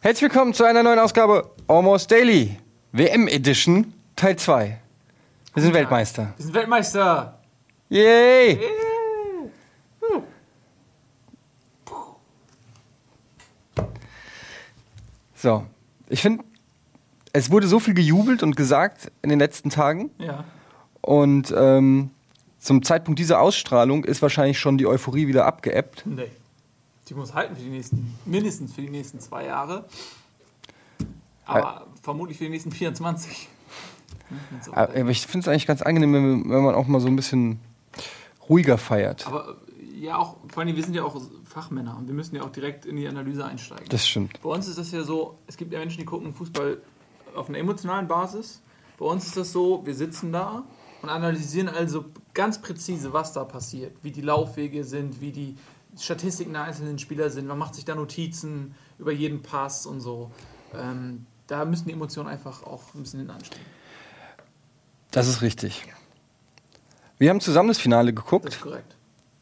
Herzlich willkommen zu einer neuen Ausgabe Almost Daily, WM Edition, Teil 2. Wir sind Weltmeister. Wir sind Weltmeister! Yay! So, ich finde, es wurde so viel gejubelt und gesagt in den letzten Tagen. Ja. Und zum Zeitpunkt dieser Ausstrahlung ist wahrscheinlich schon die Euphorie wieder abgeebbt. Nee. Die muss halten mindestens für die nächsten 2 Jahre. Aber vermutlich für die nächsten 24. Aber ich finde es eigentlich ganz angenehm, wenn man auch mal so ein bisschen ruhiger feiert. Aber ja, auch, vor allem, wir sind ja auch Fachmänner und wir müssen ja auch direkt in die Analyse einsteigen. Das stimmt. Bei uns ist das ja so, es gibt ja Menschen, die gucken Fußball auf einer emotionalen Basis. Bei uns ist das so, wir sitzen da und analysieren also ganz präzise, was da passiert. Wie die Laufwege sind, wie die Statistiken der einzelnen Spieler sind. Man macht sich da Notizen über jeden Pass und so. Da müssen die Emotionen einfach auch ein bisschen hinten anstehen. Das ist richtig. Wir haben zusammen das Finale geguckt. Das ist korrekt.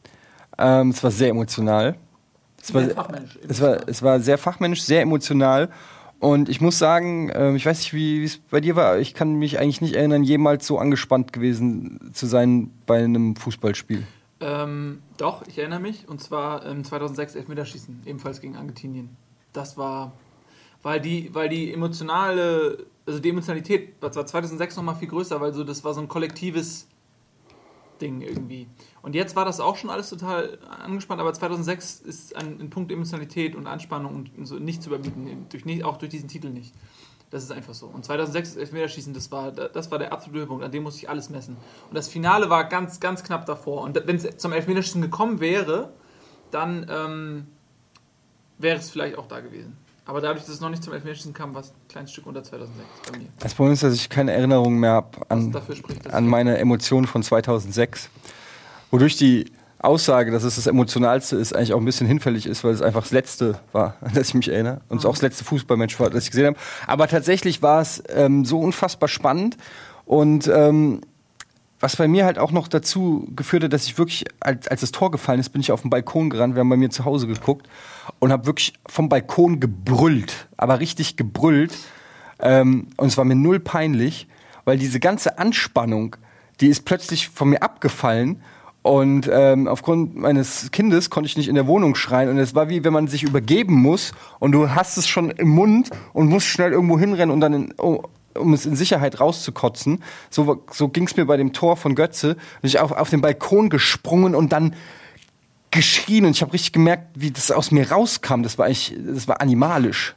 Es war sehr emotional. Es war sehr fachmännisch, sehr emotional. Und ich muss sagen, ich weiß nicht, wie es bei dir war, ich kann mich eigentlich nicht erinnern, jemals so angespannt gewesen zu sein bei einem Fußballspiel. Doch, ich erinnere mich. Und zwar 2006 Elfmeterschießen, ebenfalls gegen Argentinien. Das war, weil die emotionale, also die Emotionalität war 2006 noch mal viel größer, weil so das war so ein kollektives Ding irgendwie. Und jetzt war das auch schon alles total angespannt, aber 2006 ist ein Punkt Emotionalität und Anspannung und so nicht zu überbieten, auch durch diesen Titel nicht. Das ist einfach so. Und 2006 Elfmeterschießen, das war der absolute Höhepunkt, an dem musste ich alles messen. Und das Finale war ganz, ganz knapp davor. Und wenn es zum Elfmeterschießen gekommen wäre, dann wäre es vielleicht auch da gewesen. Aber dadurch, dass es noch nicht zum Elfmeterschießen kam, war es ein kleines Stück unter 2006 bei mir. Das Problem ist, dass ich keine Erinnerung mehr habe an meine Emotionen von 2006. Wodurch die Aussage, dass es das Emotionalste ist, eigentlich auch ein bisschen hinfällig ist, weil es einfach das Letzte war, an das ich mich erinnere. Und es auch das letzte Fußballmatch war, das ich gesehen habe. Aber tatsächlich war es so unfassbar spannend. Und was bei mir halt auch noch dazu geführt hat, dass ich wirklich, als das Tor gefallen ist, bin ich auf den Balkon gerannt. Wir haben bei mir zu Hause geguckt und habe wirklich vom Balkon gebrüllt. Aber richtig gebrüllt. Und es war mir null peinlich, weil diese ganze Anspannung, die ist plötzlich von mir abgefallen. Und aufgrund meines Kindes konnte ich nicht in der Wohnung schreien. Und es war wie, wenn man sich übergeben muss und du hast es schon im Mund und musst schnell irgendwo hinrennen und dann um es in Sicherheit rauszukotzen. So ging es mir bei dem Tor von Götze. Bin ich auf den Balkon gesprungen und dann geschrien. Und ich habe richtig gemerkt, wie das aus mir rauskam. Das war animalisch.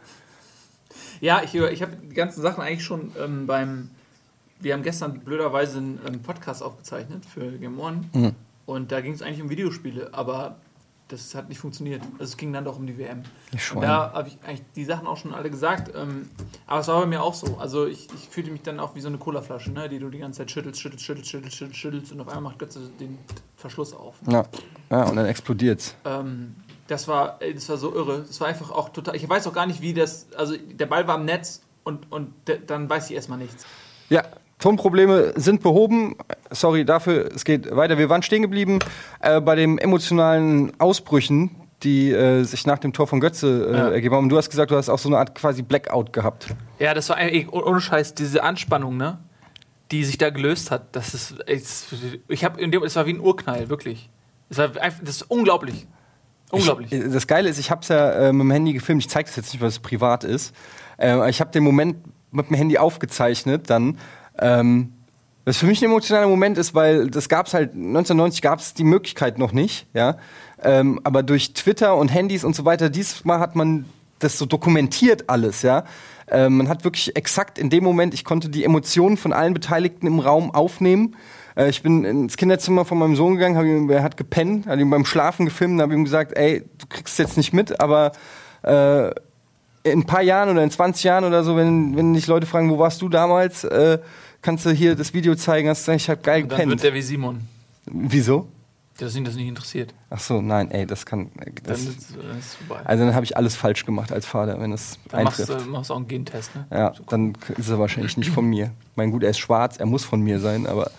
Ja, ich habe die ganzen Sachen eigentlich schon wir haben gestern blöderweise einen Podcast aufgezeichnet für Game One. Mhm. Und da ging es eigentlich um Videospiele, aber das hat nicht funktioniert. Also es ging dann doch um die WM. Und da habe ich eigentlich die Sachen auch schon alle gesagt. Aber es war bei mir auch so. Also ich fühlte mich dann auch wie so eine Colaflasche, ne, die du die ganze Zeit schüttelst und auf einmal macht Götze den Verschluss auf. Ja, und dann explodiert's. Das war so irre. Das war einfach auch total. Ich weiß auch gar nicht, wie das. Also der Ball war im Netz und dann weiß ich erstmal nichts. Ja. Tonprobleme sind behoben. Sorry dafür, es geht weiter. Wir waren stehen geblieben bei den emotionalen Ausbrüchen, die sich nach dem Tor von Götze ergeben haben. Und du hast gesagt, du hast auch so eine Art quasi Blackout gehabt. Ja, das war ohne Scheiß, diese Anspannung, ne, die sich da gelöst hat. Es war wie ein Urknall, wirklich. Das ist unglaublich. Unglaublich. Das Geile ist, ich habe es ja mit dem Handy gefilmt. Ich zeige es jetzt nicht, weil es privat ist. Ich habe den Moment mit dem Handy aufgezeichnet, dann. Was für mich ein emotionaler Moment ist, weil das gab's halt 1990 gab es die Möglichkeit noch nicht, ja. Aber durch Twitter und Handys und so weiter, diesmal hat man das so dokumentiert alles, ja. Man hat wirklich exakt in dem Moment, ich konnte die Emotionen von allen Beteiligten im Raum aufnehmen. Ich bin ins Kinderzimmer von meinem Sohn gegangen, er hat gepennt, habe ihn beim Schlafen gefilmt, habe ihm gesagt, ey, du kriegst es jetzt nicht mit, aber in ein paar Jahren oder in 20 Jahren oder so, wenn dich Leute fragen, wo warst du damals, kannst du hier das Video zeigen, hast du gesagt, ich hab geil gepennt. Dann wird der wie Simon. Wieso? Dass ihn das nicht interessiert. Ach so, nein, ey, das kann... Dann ist es vorbei. Also dann habe ich alles falsch gemacht als Vater, wenn es eintrifft. Dann machst du auch einen Gentest, ne? Ja, dann ist er wahrscheinlich nicht von mir. Mein gut, er ist schwarz, er muss von mir sein, aber...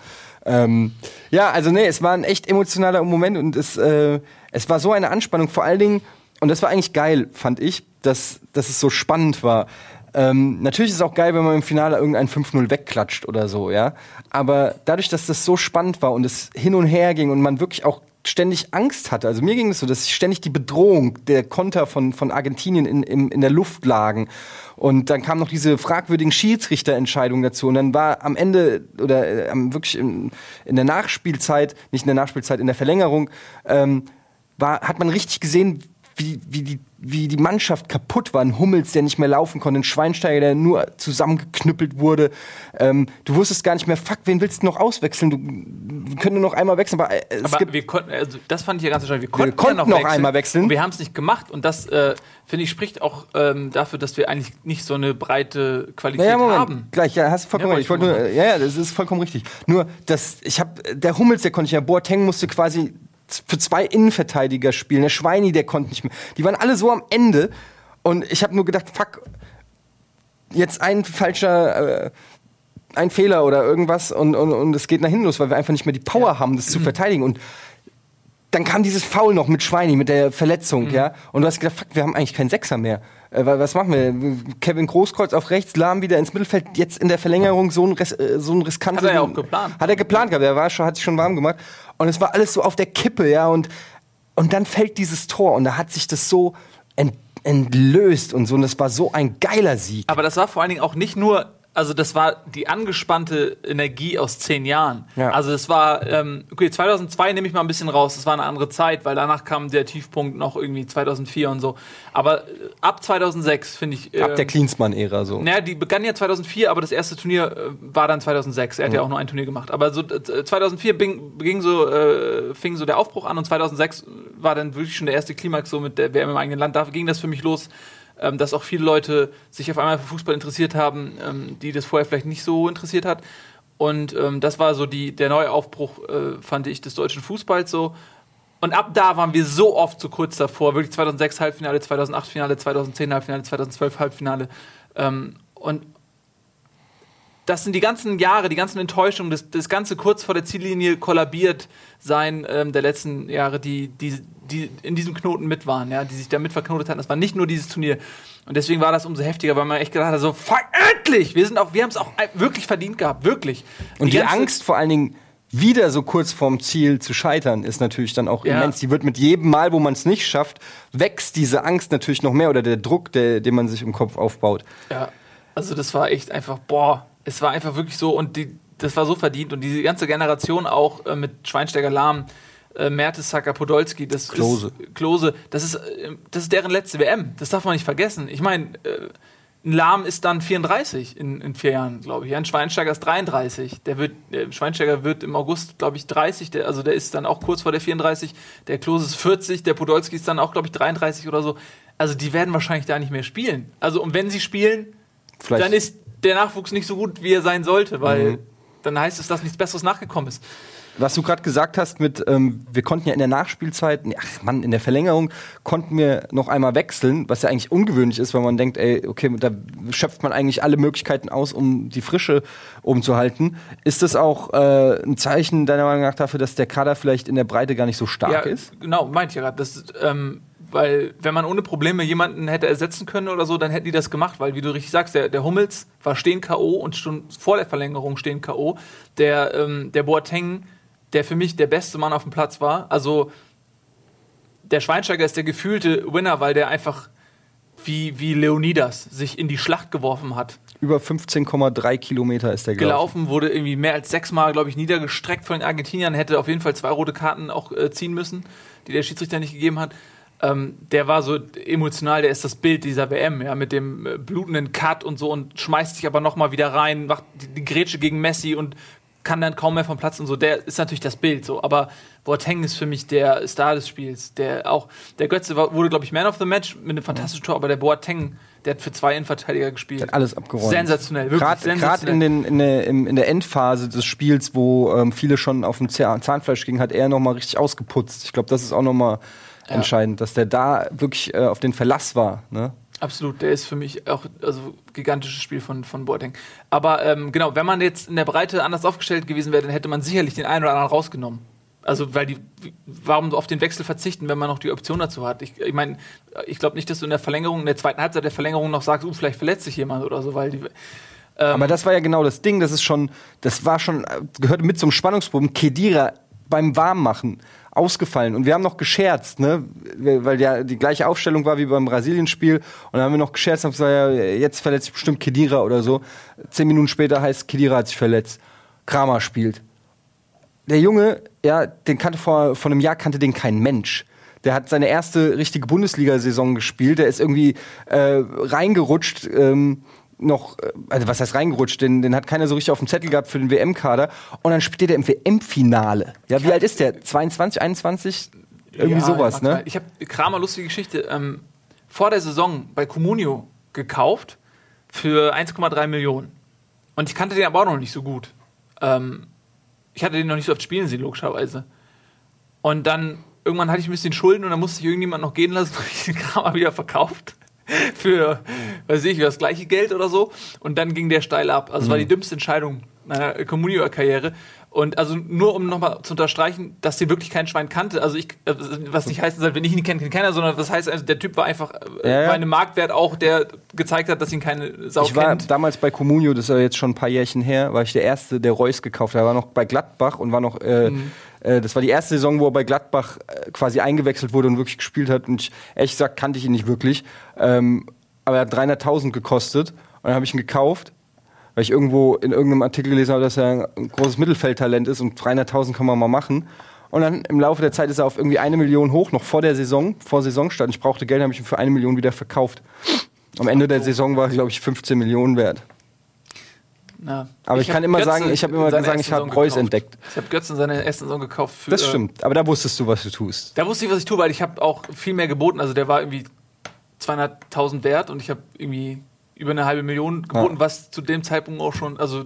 ja, also nee, es war ein echt emotionaler Moment und es war so eine Anspannung, vor allen Dingen und das war eigentlich geil, fand ich, dass es so spannend war. Natürlich ist es auch geil, wenn man im Finale irgendein 5-0 wegklatscht oder so, ja. Aber dadurch, dass das so spannend war und es hin und her ging und man wirklich auch ständig Angst hatte, also mir ging es so, dass ständig die Bedrohung der Konter von Argentinien in der Luft lagen. Und dann kamen noch diese fragwürdigen Schiedsrichterentscheidungen dazu. Und dann war am Ende oder wirklich in der Nachspielzeit, nicht in der Nachspielzeit, in der Verlängerung, hat man richtig gesehen, wie die Mannschaft kaputt war. Ein Hummels, der nicht mehr laufen konnte, ein Schweinsteiger, der nur zusammengeknüppelt wurde. Du wusstest gar nicht mehr, fuck, wen willst du noch auswechseln? Wir können nur noch einmal wechseln. Aber wir konnten, also das fand ich ja ganz entscheidend. Wir konnten ja noch einmal wechseln. Und wir haben es nicht gemacht. Und das, finde ich, spricht auch dafür, dass wir eigentlich nicht so eine breite Qualität haben. Gleich, ja, hast du vollkommen recht. Das ist vollkommen richtig. Nur, der Hummels, der konnte nicht mehr. Boateng musste quasi für 2 Innenverteidiger spielen. Der Schweini, der konnte nicht mehr. Die waren alle so am Ende. Und ich habe nur gedacht, fuck, jetzt ein Fehler oder irgendwas und es geht nach hinten los, weil wir einfach nicht mehr die Power haben, das zu verteidigen. Und dann kam dieses Foul noch mit Schweini, mit der Verletzung, ja. Und du hast gedacht, fuck, wir haben eigentlich keinen Sechser mehr. Was machen wir? Kevin Großkreuz auf rechts, Lahm wieder ins Mittelfeld, jetzt in der Verlängerung so ein riskantes... Hat er ja auch geplant. Hat er geplant gehabt, hat sich schon warm gemacht. Und es war alles so auf der Kippe, ja. Und dann fällt dieses Tor und da hat sich das so entlöst und so. Und das war so ein geiler Sieg. Aber das war vor allen Dingen auch nicht nur... Also das war die angespannte Energie aus 10 Jahren. Ja. Also das war, okay, 2002 nehme ich mal ein bisschen raus, das war eine andere Zeit, weil danach kam der Tiefpunkt noch irgendwie 2004 und so. Aber ab 2006, finde ich... ab der Klinsmann-Ära so. Naja, die begann ja 2004, aber das erste Turnier war dann 2006. Er hat ja auch nur ein Turnier gemacht. Aber so 2004 fing so der Aufbruch an und 2006 war dann wirklich schon der erste Klimax so mit der WM im eigenen Land. Da ging das für mich los, dass auch viele Leute sich auf einmal für Fußball interessiert haben, die das vorher vielleicht nicht so interessiert hat. Und das war so der neue Aufbruch, fand ich, des deutschen Fußballs so. Und ab da waren wir so oft so kurz davor. Wirklich 2006 Halbfinale, 2008 Finale, 2010 Halbfinale, 2012 Halbfinale. Und das sind die ganzen Jahre, die ganzen Enttäuschungen, das Ganze kurz vor der Ziellinie kollabiert sein der letzten Jahre, die in diesem Knoten mit waren, ja, die sich da mit verknotet hatten. Das war nicht nur dieses Turnier. Und deswegen war das umso heftiger, weil man echt gedacht hat, so, fuck, endlich! Wir haben es auch wirklich verdient gehabt, wirklich. Und die Angst vor allen Dingen, wieder so kurz vorm Ziel zu scheitern, ist natürlich dann auch immens. Die wird mit jedem Mal, wo man es nicht schafft, wächst diese Angst natürlich noch mehr oder der Druck, den man sich im Kopf aufbaut. Ja, also das war echt einfach, es war einfach wirklich so und das war so verdient und diese ganze Generation auch mit Schweinsteiger, Lahm, Mertesacker, Podolski, Klose, das ist deren letzte WM. Das darf man nicht vergessen. Ich meine, ein Lahm ist dann 34 in 4 Jahren, glaube ich. Ein Schweinsteiger ist 33. Der Schweinsteiger wird im August, glaube ich, 30. Der ist dann auch kurz vor der 34. Der Klose ist 40. Der Podolski ist dann auch, glaube ich, 33 oder so. Also die werden wahrscheinlich da nicht mehr spielen. Also und wenn sie spielen, dann ist der Nachwuchs nicht so gut, wie er sein sollte, weil dann heißt es, dass nichts Besseres nachgekommen ist. Was du gerade gesagt hast mit, wir konnten ja in der Nachspielzeit, in der Verlängerung konnten wir noch einmal wechseln, was ja eigentlich ungewöhnlich ist, weil man denkt, okay, da schöpft man eigentlich alle Möglichkeiten aus, um die Frische oben zu halten. Ist das auch ein Zeichen deiner Meinung nach dafür, dass der Kader vielleicht in der Breite gar nicht so stark ist? Genau, meinte ich ja gerade. Weil wenn man ohne Probleme jemanden hätte ersetzen können oder so, dann hätten die das gemacht, weil wie du richtig sagst, der Hummels war stehen K.O. und schon vor der Verlängerung stehen K.O. Der Boateng, der für mich der beste Mann auf dem Platz war, also der Schweinsteiger ist der gefühlte Winner, weil der einfach wie Leonidas sich in die Schlacht geworfen hat. Über 15,3 Kilometer ist der gelaufen. Wurde irgendwie mehr als 6-mal, glaube ich, niedergestreckt von den Argentiniern, hätte auf jeden Fall 2 rote Karten auch ziehen müssen, die der Schiedsrichter nicht gegeben hat. Der war so emotional, der ist das Bild dieser WM, ja, mit dem blutenden Cut und so und schmeißt sich aber nochmal wieder rein, macht die Grätsche gegen Messi und kann dann kaum mehr vom Platz und so. Der ist natürlich das Bild, so. Aber Boateng ist für mich der Star des Spiels. Der Götze wurde, glaube ich, Man of the Match mit einem fantastischen Tor, aber der Boateng, der hat für 2 Innenverteidiger gespielt. Der hat alles abgeräumt. Sensationell, wirklich sensationell. Gerade in der Endphase des Spiels, wo viele schon auf dem Zahnfleisch gingen, hat er nochmal richtig ausgeputzt. Ich glaube, das ist auch nochmal entscheidend, dass der da wirklich auf den Verlass war, ne? Absolut, der ist für mich auch gigantisches Spiel von Boateng. Aber genau, wenn man jetzt in der Breite anders aufgestellt gewesen wäre, dann hätte man sicherlich den einen oder anderen rausgenommen. Also, warum auf den Wechsel verzichten, wenn man noch die Option dazu hat? Ich meine, ich glaube nicht, dass du in der zweiten Halbzeit der Verlängerung noch sagst, vielleicht verletzt sich jemand oder so, weil aber das war ja genau das Ding, gehörte mit zum Spannungsbogen. Khedira beim Warmmachen ausgefallen. Und wir haben noch gescherzt, ne? Weil ja die gleiche Aufstellung war wie beim Brasilien-Spiel. Und dann haben wir noch gescherzt und gesagt, ja, jetzt verletzt sich bestimmt Khedira oder so. 10 Minuten später heißt, Khedira hat sich verletzt. Kramer spielt. Der Junge, ja, vor einem Jahr kannte den kein Mensch. Der hat seine erste richtige Bundesliga-Saison gespielt. Der ist irgendwie reingerutscht, also was heißt reingerutscht? Den hat keiner so richtig auf dem Zettel gehabt für den WM-Kader. Und dann spielt er im WM-Finale. Ja, wie alt ist der? 22, 21? Irgendwie sowas, ne? Ich habe Kramer, lustige Geschichte, vor der Saison bei Comunio gekauft für 1,3 Millionen. Und ich kannte den aber auch noch nicht so gut. Ich hatte den noch nicht so oft spielen sehen, logischerweise. Und dann, irgendwann hatte ich ein bisschen Schulden und dann musste ich irgendjemand noch gehen lassen und ich den Kramer wieder verkauft. Für, weiß ich, das gleiche Geld oder so. Und dann ging der steil ab. Also es war die dümmste Entscheidung meiner Comunio-Karriere. Und also nur um nochmal zu unterstreichen, dass sie wirklich kein Schwein kannte. Also was nicht heißen soll, wenn ich ihn kenne, kennt keiner, sondern das heißt, also der Typ war einfach war einem Marktwert auch, der gezeigt hat, dass ihn keine Sau kennt. Ich war damals bei Comunio, das ist ja jetzt schon ein paar Jährchen her, war ich der Erste, der Reus gekauft hat. Er war noch bei Gladbach und war noch das war die erste Saison, wo er bei Gladbach quasi eingewechselt wurde und wirklich gespielt hat. Und ehrlich gesagt kannte ich ihn nicht wirklich. Aber er hat 300.000 gekostet. Und dann habe ich ihn gekauft, weil ich irgendwo in irgendeinem Artikel gelesen habe, dass er ein großes Mittelfeldtalent ist und 300.000 kann man mal machen. Und dann im Laufe der Zeit ist er auf irgendwie 1 Million hoch, noch vor Saisonstart. Ich brauchte Geld, habe ich ihn für 1 Million wieder verkauft. Am Ende der Saison war er, glaube ich, 15 Millionen wert. Na, aber ich kann immer sagen, ich habe Reus entdeckt. Ich habe Götze in seiner ersten Saison gekauft. Das stimmt, aber da wusstest du, was du tust. Da wusste ich, was ich tue, weil ich habe auch viel mehr geboten. Also der war irgendwie 200.000 wert und ich habe irgendwie über 1,5 Million geboten, was zu dem Zeitpunkt auch schon, also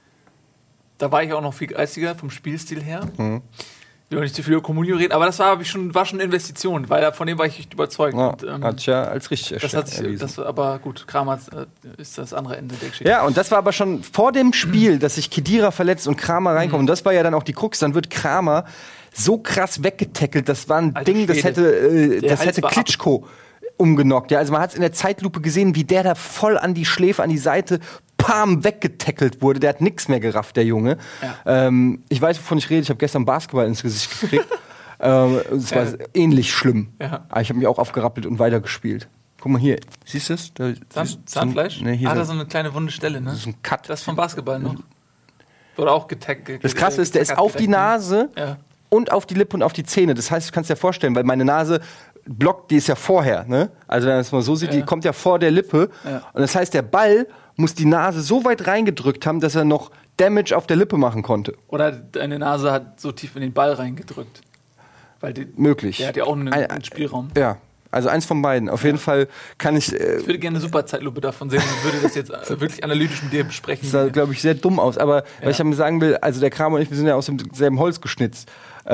da war ich auch noch viel geistiger vom Spielstil her. Ich will nicht zu viel über Comunio reden, aber das war schon eine Investition, weil von dem war ich echt überzeugt. Ja, und, hat ja als richtig erwiesen. Aber gut, Kramer ist das andere Ende der Geschichte. Ja, und das war aber schon vor dem Spiel, dass sich Khedira verletzt und Kramer reinkommt. Und das war ja dann auch die Krux. Dann wird Kramer so krass weggetackelt. Das war ein Ding, das hätte Klitschko umgenockt. Ja, also man hat es in der Zeitlupe gesehen, wie der da voll an die Schläfe, an die Seite weggetackelt wurde. Der hat nichts mehr gerafft, der Junge. Ja. Ich weiß, wovon ich rede. Ich habe gestern Basketball ins Gesicht gekriegt. Es war ähnlich schlimm. Ja. Aber ich habe mich auch aufgerappelt und weitergespielt. Guck mal hier. Siehst du es? Zahnfleisch? Nee, da so eine kleine wunde Stelle, ne? Das ist ein Cut. Das ist vom Basketball noch. Wurde auch getackelt. Das Krasse ist, der ist auf die Nase und auf die Lippe und auf die Zähne. Das heißt, du kannst dir vorstellen, weil meine Nase blockt, die ist ja vorher, ne? Also wenn man es mal so sieht, die kommt ja vor der Lippe. Ja. Und das heißt, der Ball muss die Nase so weit reingedrückt haben, dass er noch Damage auf der Lippe machen konnte. Oder deine Nase hat so tief in den Ball reingedrückt. Weil möglich. Der hat ja auch einen Spielraum. Ja, also eins von beiden. Auf jeden Fall kann ich... ich würde gerne eine super Zeitlupe davon sehen und würde das jetzt wirklich analytisch mit dir besprechen. Das sah, glaube ich, sehr dumm aus. Aber was ich damit sagen will, also der Kramer und ich, wir sind ja aus demselben Holz geschnitzt.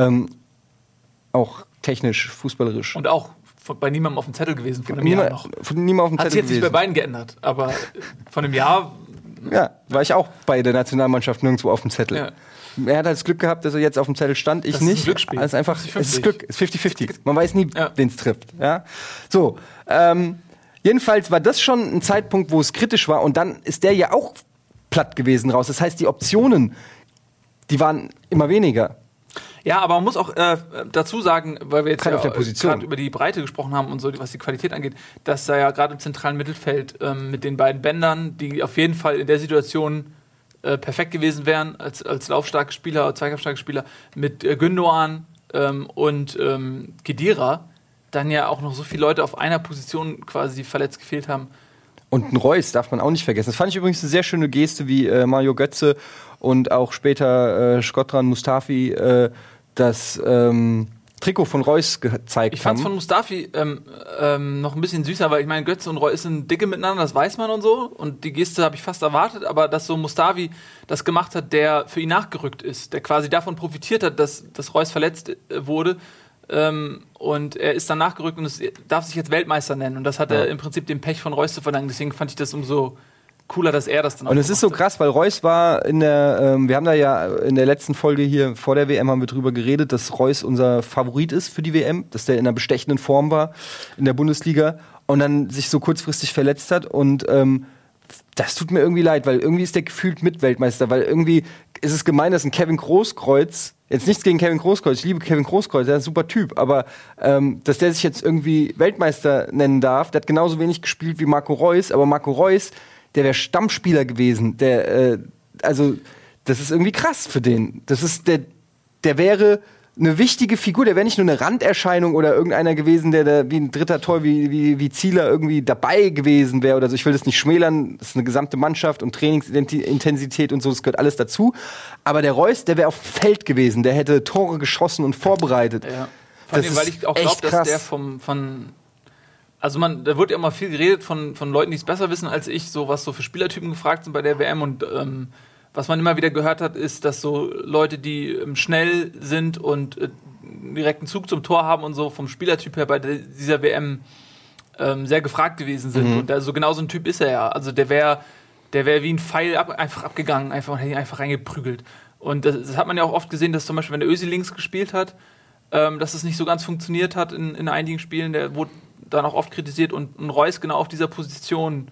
Auch technisch, fußballerisch. Und auch bei niemandem auf dem Zettel gewesen von einem Jahr noch. Von niemandem auf dem Zettel gewesen. Hat sich jetzt nicht bei beiden geändert, aber von einem Jahr... Ja, war ich auch bei der Nationalmannschaft nirgendwo auf dem Zettel. Ja. Er hat halt das Glück gehabt, dass er jetzt auf dem Zettel stand, ich nicht. Das ist ein Glücksspiel. Also einfach, es ist Glück, es ist 50-50. Man weiß nie, wen es trifft. Ja? So, jedenfalls war das schon ein Zeitpunkt, wo es kritisch war und dann ist der ja auch platt gewesen raus. Das heißt, die Optionen, die waren immer weniger. Ja, aber man muss auch dazu sagen, weil wir jetzt gerade über die Breite gesprochen haben und so, was die Qualität angeht, dass da ja gerade im zentralen Mittelfeld mit den beiden Bändern, die auf jeden Fall in der Situation perfekt gewesen wären, als laufstarke Spieler oder zweikampfstarke Spieler, mit Gündoğan und Khedira, dann ja auch noch so viele Leute auf einer Position quasi verletzt gefehlt haben. Und ein Reus darf man auch nicht vergessen. Das fand ich übrigens eine sehr schöne Geste, wie Mario Götze und auch später Shkodran Mustafi das Trikot von Reus gezeigt haben. Ich fand es von Mustafi noch ein bisschen süßer, weil ich meine, Götze und Reus sind dicke miteinander, das weiß man und so. Und die Geste habe ich fast erwartet, aber dass so Mustafi das gemacht hat, der für ihn nachgerückt ist, der quasi davon profitiert hat, dass Reus verletzt wurde. Und er ist dann nachgerückt und darf sich jetzt Weltmeister nennen. Und das hat er im Prinzip dem Pech von Reus zu verdanken. Deswegen fand ich das umso cooler, dass er das dann auch Und es ist so krass, weil Reus war in der, wir haben da ja in der letzten Folge hier vor der WM haben wir drüber geredet, dass Reus unser Favorit ist für die WM, dass der in einer bestechenden Form war in der Bundesliga und dann sich so kurzfristig verletzt hat und das tut mir irgendwie leid, weil irgendwie ist der gefühlt Mitweltmeister, weil irgendwie ist es gemein, dass ein Kevin Großkreuz, jetzt nichts gegen Kevin Großkreuz, ich liebe Kevin Großkreuz, der ist ein super Typ, aber dass der sich jetzt irgendwie Weltmeister nennen darf, der hat genauso wenig gespielt wie Marco Reus, aber Marco Reus, der wäre Stammspieler gewesen, also das ist irgendwie krass für den, das ist, der wäre eine wichtige Figur, der wäre nicht nur eine Randerscheinung oder irgendeiner gewesen, der wie ein dritter Tor wie Zieler irgendwie dabei gewesen wäre oder so. Ich will das nicht schmälern, das ist eine gesamte Mannschaft und Trainingsintensität und so, das gehört alles dazu. Aber der Reus, der wäre auf dem Feld gewesen, der hätte Tore geschossen und vorbereitet. Ja. Vor allem, weil ich auch glaube, dass der also da wird ja immer viel geredet von Leuten, die es besser wissen als ich, so was so für Spielertypen gefragt sind bei der WM und was man immer wieder gehört hat, ist, dass so Leute, die schnell sind und direkten Zug zum Tor haben und so vom Spielertyp her bei dieser WM sehr gefragt gewesen sind. Und also genau so ein Typ ist er ja. Also der wäre wie ein Pfeil einfach abgegangen, einfach reingeprügelt. Und das hat man ja auch oft gesehen, dass zum Beispiel, wenn der Özil links gespielt hat, dass es nicht so ganz funktioniert hat in einigen Spielen. Der wurde dann auch oft kritisiert und ein Reus genau auf dieser Position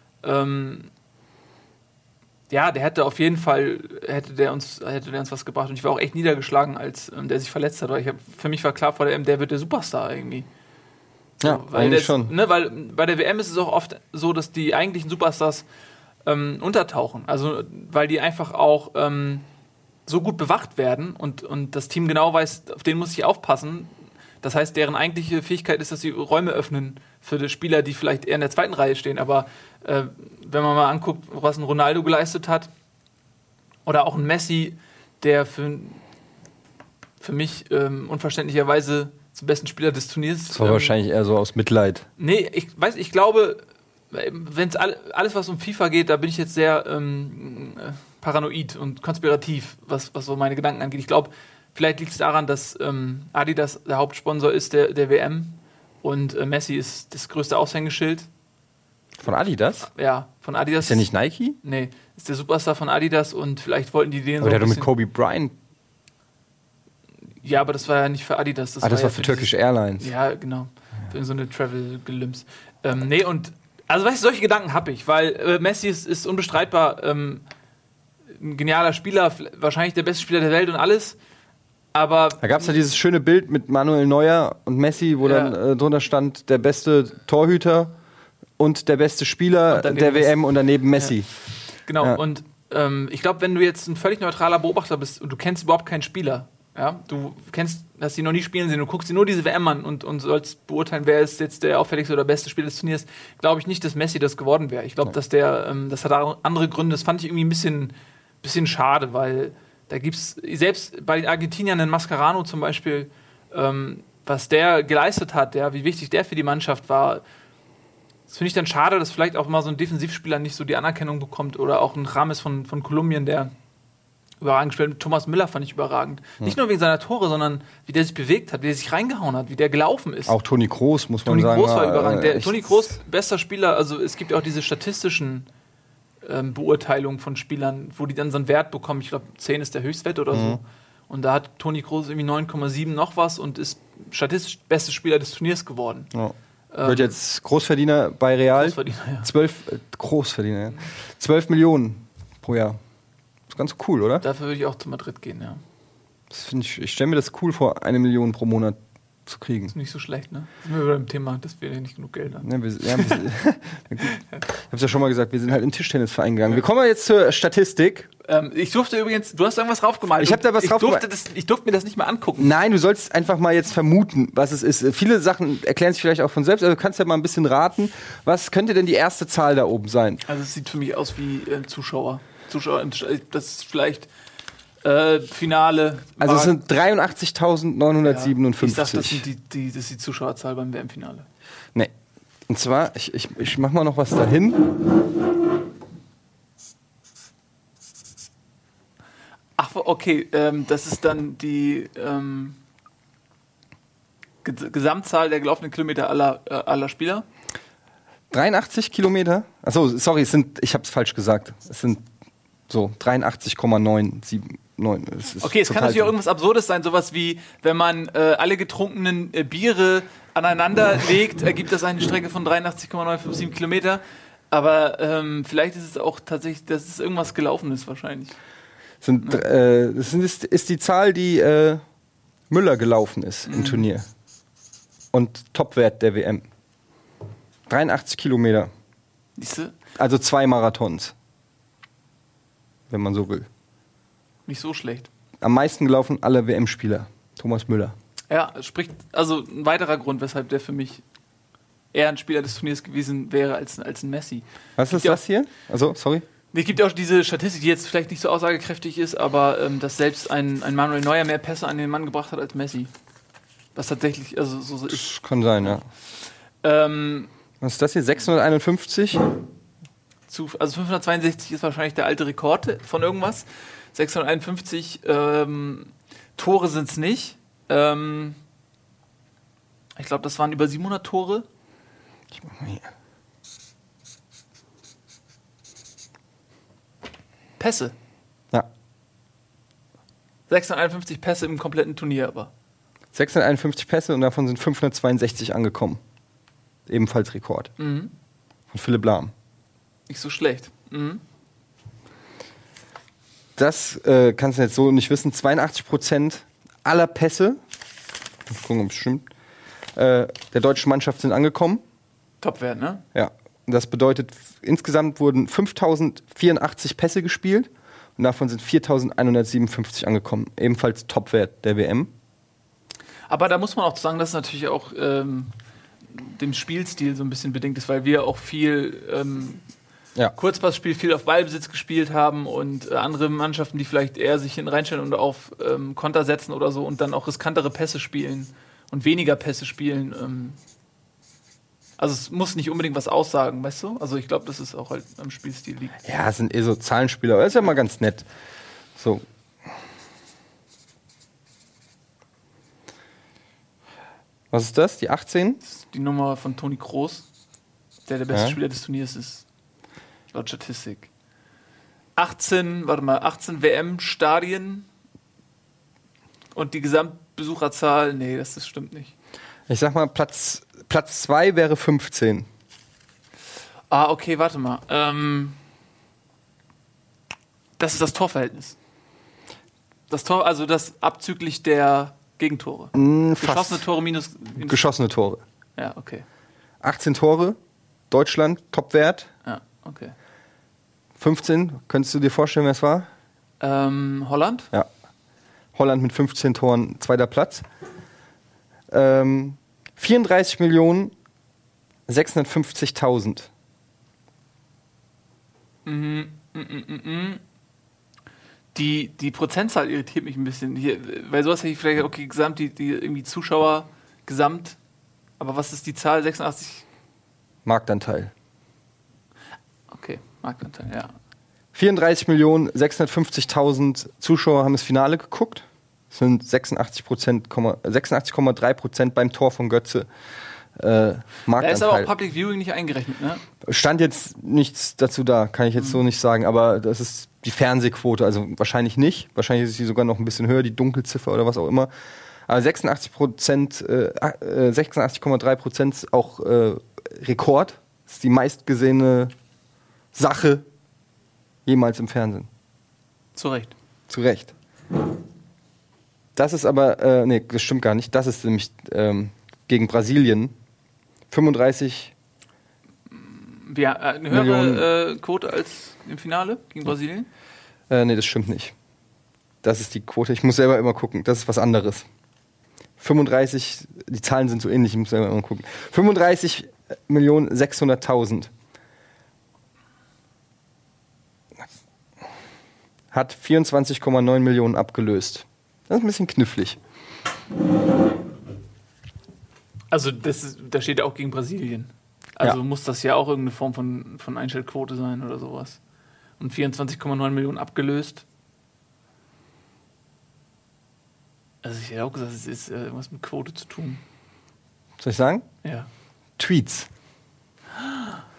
ja, der hätte auf jeden Fall hätte der uns was gebracht und ich war auch echt niedergeschlagen, als der sich verletzt hat, weil für mich war klar vor der WM, der wird der Superstar irgendwie. Ja, eigentlich schon. Ne, weil bei der WM ist es auch oft so, dass die eigentlichen Superstars untertauchen, also weil die einfach auch so gut bewacht werden und das Team genau weiß, auf den muss ich aufpassen. Das heißt, deren eigentliche Fähigkeit ist, dass sie Räume öffnen für die Spieler, die vielleicht eher in der zweiten Reihe stehen. Aber wenn man mal anguckt, was ein Ronaldo geleistet hat oder auch ein Messi, der für mich unverständlicherweise zum besten Spieler des Turniers... Das war wahrscheinlich eher so aus Mitleid. Nee, ich glaube, wenn es alles, was um FIFA geht, da bin ich jetzt sehr paranoid und konspirativ, was so meine Gedanken angeht. Ich glaube, vielleicht liegt es daran, dass Adidas der Hauptsponsor ist der WM und Messi ist das größte Aushängeschild. Von Adidas? Ja, von Adidas. Ist der nicht Nike? Nee, ist der Superstar von Adidas und vielleicht wollten die den aber so. Aber der hat doch mit Kobe Bryant. Ja, aber das war ja nicht für Adidas. Das war für Turkish Airlines. Ja, genau. Für so eine Travel-Gelümps. Nee, und also weißt du, solche Gedanken habe ich, weil Messi ist unbestreitbar ein genialer Spieler, wahrscheinlich der beste Spieler der Welt und alles. Aber da gab es ja dieses schöne Bild mit Manuel Neuer und Messi, wo dann drunter stand, der beste Torhüter und der beste Spieler der WM und daneben Messi. Ja. Genau, ja. Und ich glaube, wenn du jetzt ein völlig neutraler Beobachter bist und du kennst überhaupt keinen Spieler, ja, hast die noch nie spielen sehen, du guckst dir nur diese WM an und sollst beurteilen, wer ist jetzt der auffälligste oder beste Spieler des Turniers, glaube ich nicht, dass Messi das geworden wäre. Ich glaube, dass das hat auch andere Gründe, das fand ich irgendwie ein bisschen schade, weil da gibt's selbst bei den Argentiniern in Mascherano zum Beispiel, was der geleistet hat, wie wichtig der für die Mannschaft war. Das finde ich dann schade, dass vielleicht auch mal so ein Defensivspieler nicht so die Anerkennung bekommt oder auch ein Rames von Kolumbien, der überragend gespielt. Thomas Müller fand ich überragend. Ja. Nicht nur wegen seiner Tore, sondern wie der sich bewegt hat, wie der sich reingehauen hat, wie der gelaufen ist. Auch Toni Kroos, muss man sagen. Toni Kroos war überragend. Toni Kroos, bester Spieler, also es gibt ja auch diese statistischen Beurteilungen von Spielern, wo die dann so einen Wert bekommen. Ich glaube, 10 ist der Höchstwert oder so. Und da hat Toni Kroos irgendwie 9,7 noch was und ist statistisch bester Spieler des Turniers geworden. Ja. Wird jetzt Großverdiener bei Real. Großverdiener, ja. 12 Millionen pro Jahr. Das ist ganz cool, oder? Dafür würde ich auch zu Madrid gehen, ja. Das ich stelle mir das cool vor, 1 Million pro Monat zu kriegen. Das ist nicht so schlecht, ne? Das sind wir über dem Thema, dass wir nicht genug Geld haben. Ja, ich habe es ja schon mal gesagt, wir sind halt in den Tischtennisverein gegangen. Wir kommen jetzt zur Statistik. Ich durfte übrigens, du hast irgendwas draufgemalt. Ich habe da was draufgemalt. Ich durfte mir das nicht mehr angucken. Nein, du sollst einfach mal jetzt vermuten, was es ist. Viele Sachen erklären sich vielleicht auch von selbst, aber du kannst ja mal ein bisschen raten. Was könnte denn die erste Zahl da oben sein? Also es sieht für mich aus wie Zuschauer. Das ist vielleicht Finale. Also es sind 83.957. Ich dachte, das ist die Zuschauerzahl beim WM-Finale. Nee. Und zwar, ich mach mal noch was dahin. Ach, okay, das ist dann die Gesamtzahl der gelaufenen Kilometer aller Spieler. 83 Kilometer? Achso, sorry, ich habe es falsch gesagt. Es sind so 83,979. Okay, es kann natürlich auch irgendwas Absurdes sein, sowas wie, wenn man alle getrunkenen Biere aneinander legt, ergibt das eine Strecke von 83,957 Kilometer. Aber vielleicht ist es auch tatsächlich, dass es irgendwas gelaufen ist wahrscheinlich. Das ist die Zahl, die Müller gelaufen ist im Turnier. Und Topwert der WM. 83 Kilometer. Siehste? Also 2 Marathons. Wenn man so will. Nicht so schlecht. Am meisten gelaufen alle WM-Spieler. Thomas Müller. Ja, spricht also ein weiterer Grund, weshalb der für mich eher ein Spieler des Turniers gewesen wäre als ein Messi. Was ist das hier? Also, sorry. Es gibt ja auch diese Statistik, die jetzt vielleicht nicht so aussagekräftig ist, aber dass selbst ein Manuel Neuer mehr Pässe an den Mann gebracht hat als Messi. Was tatsächlich also so ist. Das kann sein, ja. Was ist das hier? 651? Also 562 ist wahrscheinlich der alte Rekord von irgendwas. 651 Tore sind es nicht. Ich glaube, das waren über 700 Tore. Ich mach mal hier. Pässe. Ja. 651 Pässe im kompletten Turnier aber. 651 Pässe und davon sind 562 angekommen. Ebenfalls Rekord. Von Philipp Lahm. Nicht so schlecht. Mhm. Das kannst du jetzt so nicht wissen. 82% aller Pässe, gucken, ob es stimmt, der deutschen Mannschaft sind angekommen. Topwert, ne? Ja. Das bedeutet, insgesamt wurden 5084 Pässe gespielt und davon sind 4157 angekommen. Ebenfalls Topwert der WM. Aber da muss man auch sagen, dass es natürlich auch dem Spielstil so ein bisschen bedingt ist, weil wir auch viel Kurzpassspiel, viel auf Ballbesitz gespielt haben und andere Mannschaften, die vielleicht eher sich hinten reinstellen und auf Konter setzen oder so und dann auch riskantere Pässe spielen und weniger Pässe spielen. Also es muss nicht unbedingt was aussagen, weißt du? Also ich glaube, dass es auch halt am Spielstil liegt. Ja, es sind eh so Zahlenspieler, aber das ist ja mal ganz nett. So. Was ist das? Die 18? Das ist die Nummer von Toni Kroos, der beste Spieler des Turniers ist. Laut Statistik. 18 WM-Stadien und die Gesamtbesucherzahl, nee, das stimmt nicht. Ich sag mal, Platz 2 wäre 15. Ah, okay, warte mal. Das ist das Torverhältnis. Das Tor, also das abzüglich der Gegentore. Geschossene Tore minus geschossene Tore. Ja, okay. 18 Tore, Deutschland, Topwert. Ja, okay. 15, könntest du dir vorstellen, wer es war? Holland? Ja. Holland mit 15 Toren, zweiter Platz. 34.650.000. Die Prozentzahl irritiert mich ein bisschen. Hier, weil sowas hätte ich vielleicht, okay, gesamt, die irgendwie Zuschauer, gesamt. Aber was ist die Zahl? 86? Marktanteil. Okay, Marktanteil, ja. 34.650.000 Zuschauer haben das Finale geguckt. Das sind 86,3% beim Tor von Götze. Marktanteil. Da ist aber auch Public Viewing nicht eingerechnet, ne? Stand jetzt nichts dazu da, kann ich jetzt so nicht sagen. Aber das ist die Fernsehquote, also wahrscheinlich nicht. Wahrscheinlich ist sie sogar noch ein bisschen höher, die Dunkelziffer oder was auch immer. Aber 86,3% ist auch Rekord. Das ist die meistgesehene Sache jemals im Fernsehen. Zu Recht. Zu Recht. Das ist aber, nee, das stimmt gar nicht. Das ist nämlich gegen Brasilien 35 eine höhere Quote als im Finale gegen Brasilien? Nee, das stimmt nicht. Das ist die Quote. Ich muss selber immer gucken. Das ist was anderes. 35, die Zahlen sind so ähnlich, ich muss selber immer gucken. 35.600.000 hat 24,9 Millionen abgelöst. Das ist ein bisschen knifflig. Also da steht ja auch gegen Brasilien. Also muss das ja auch irgendeine Form von Einschaltquote sein oder sowas. Und 24,9 Millionen abgelöst. Also ich hätte auch gesagt, es ist irgendwas mit Quote zu tun. Soll ich sagen? Ja. Tweets.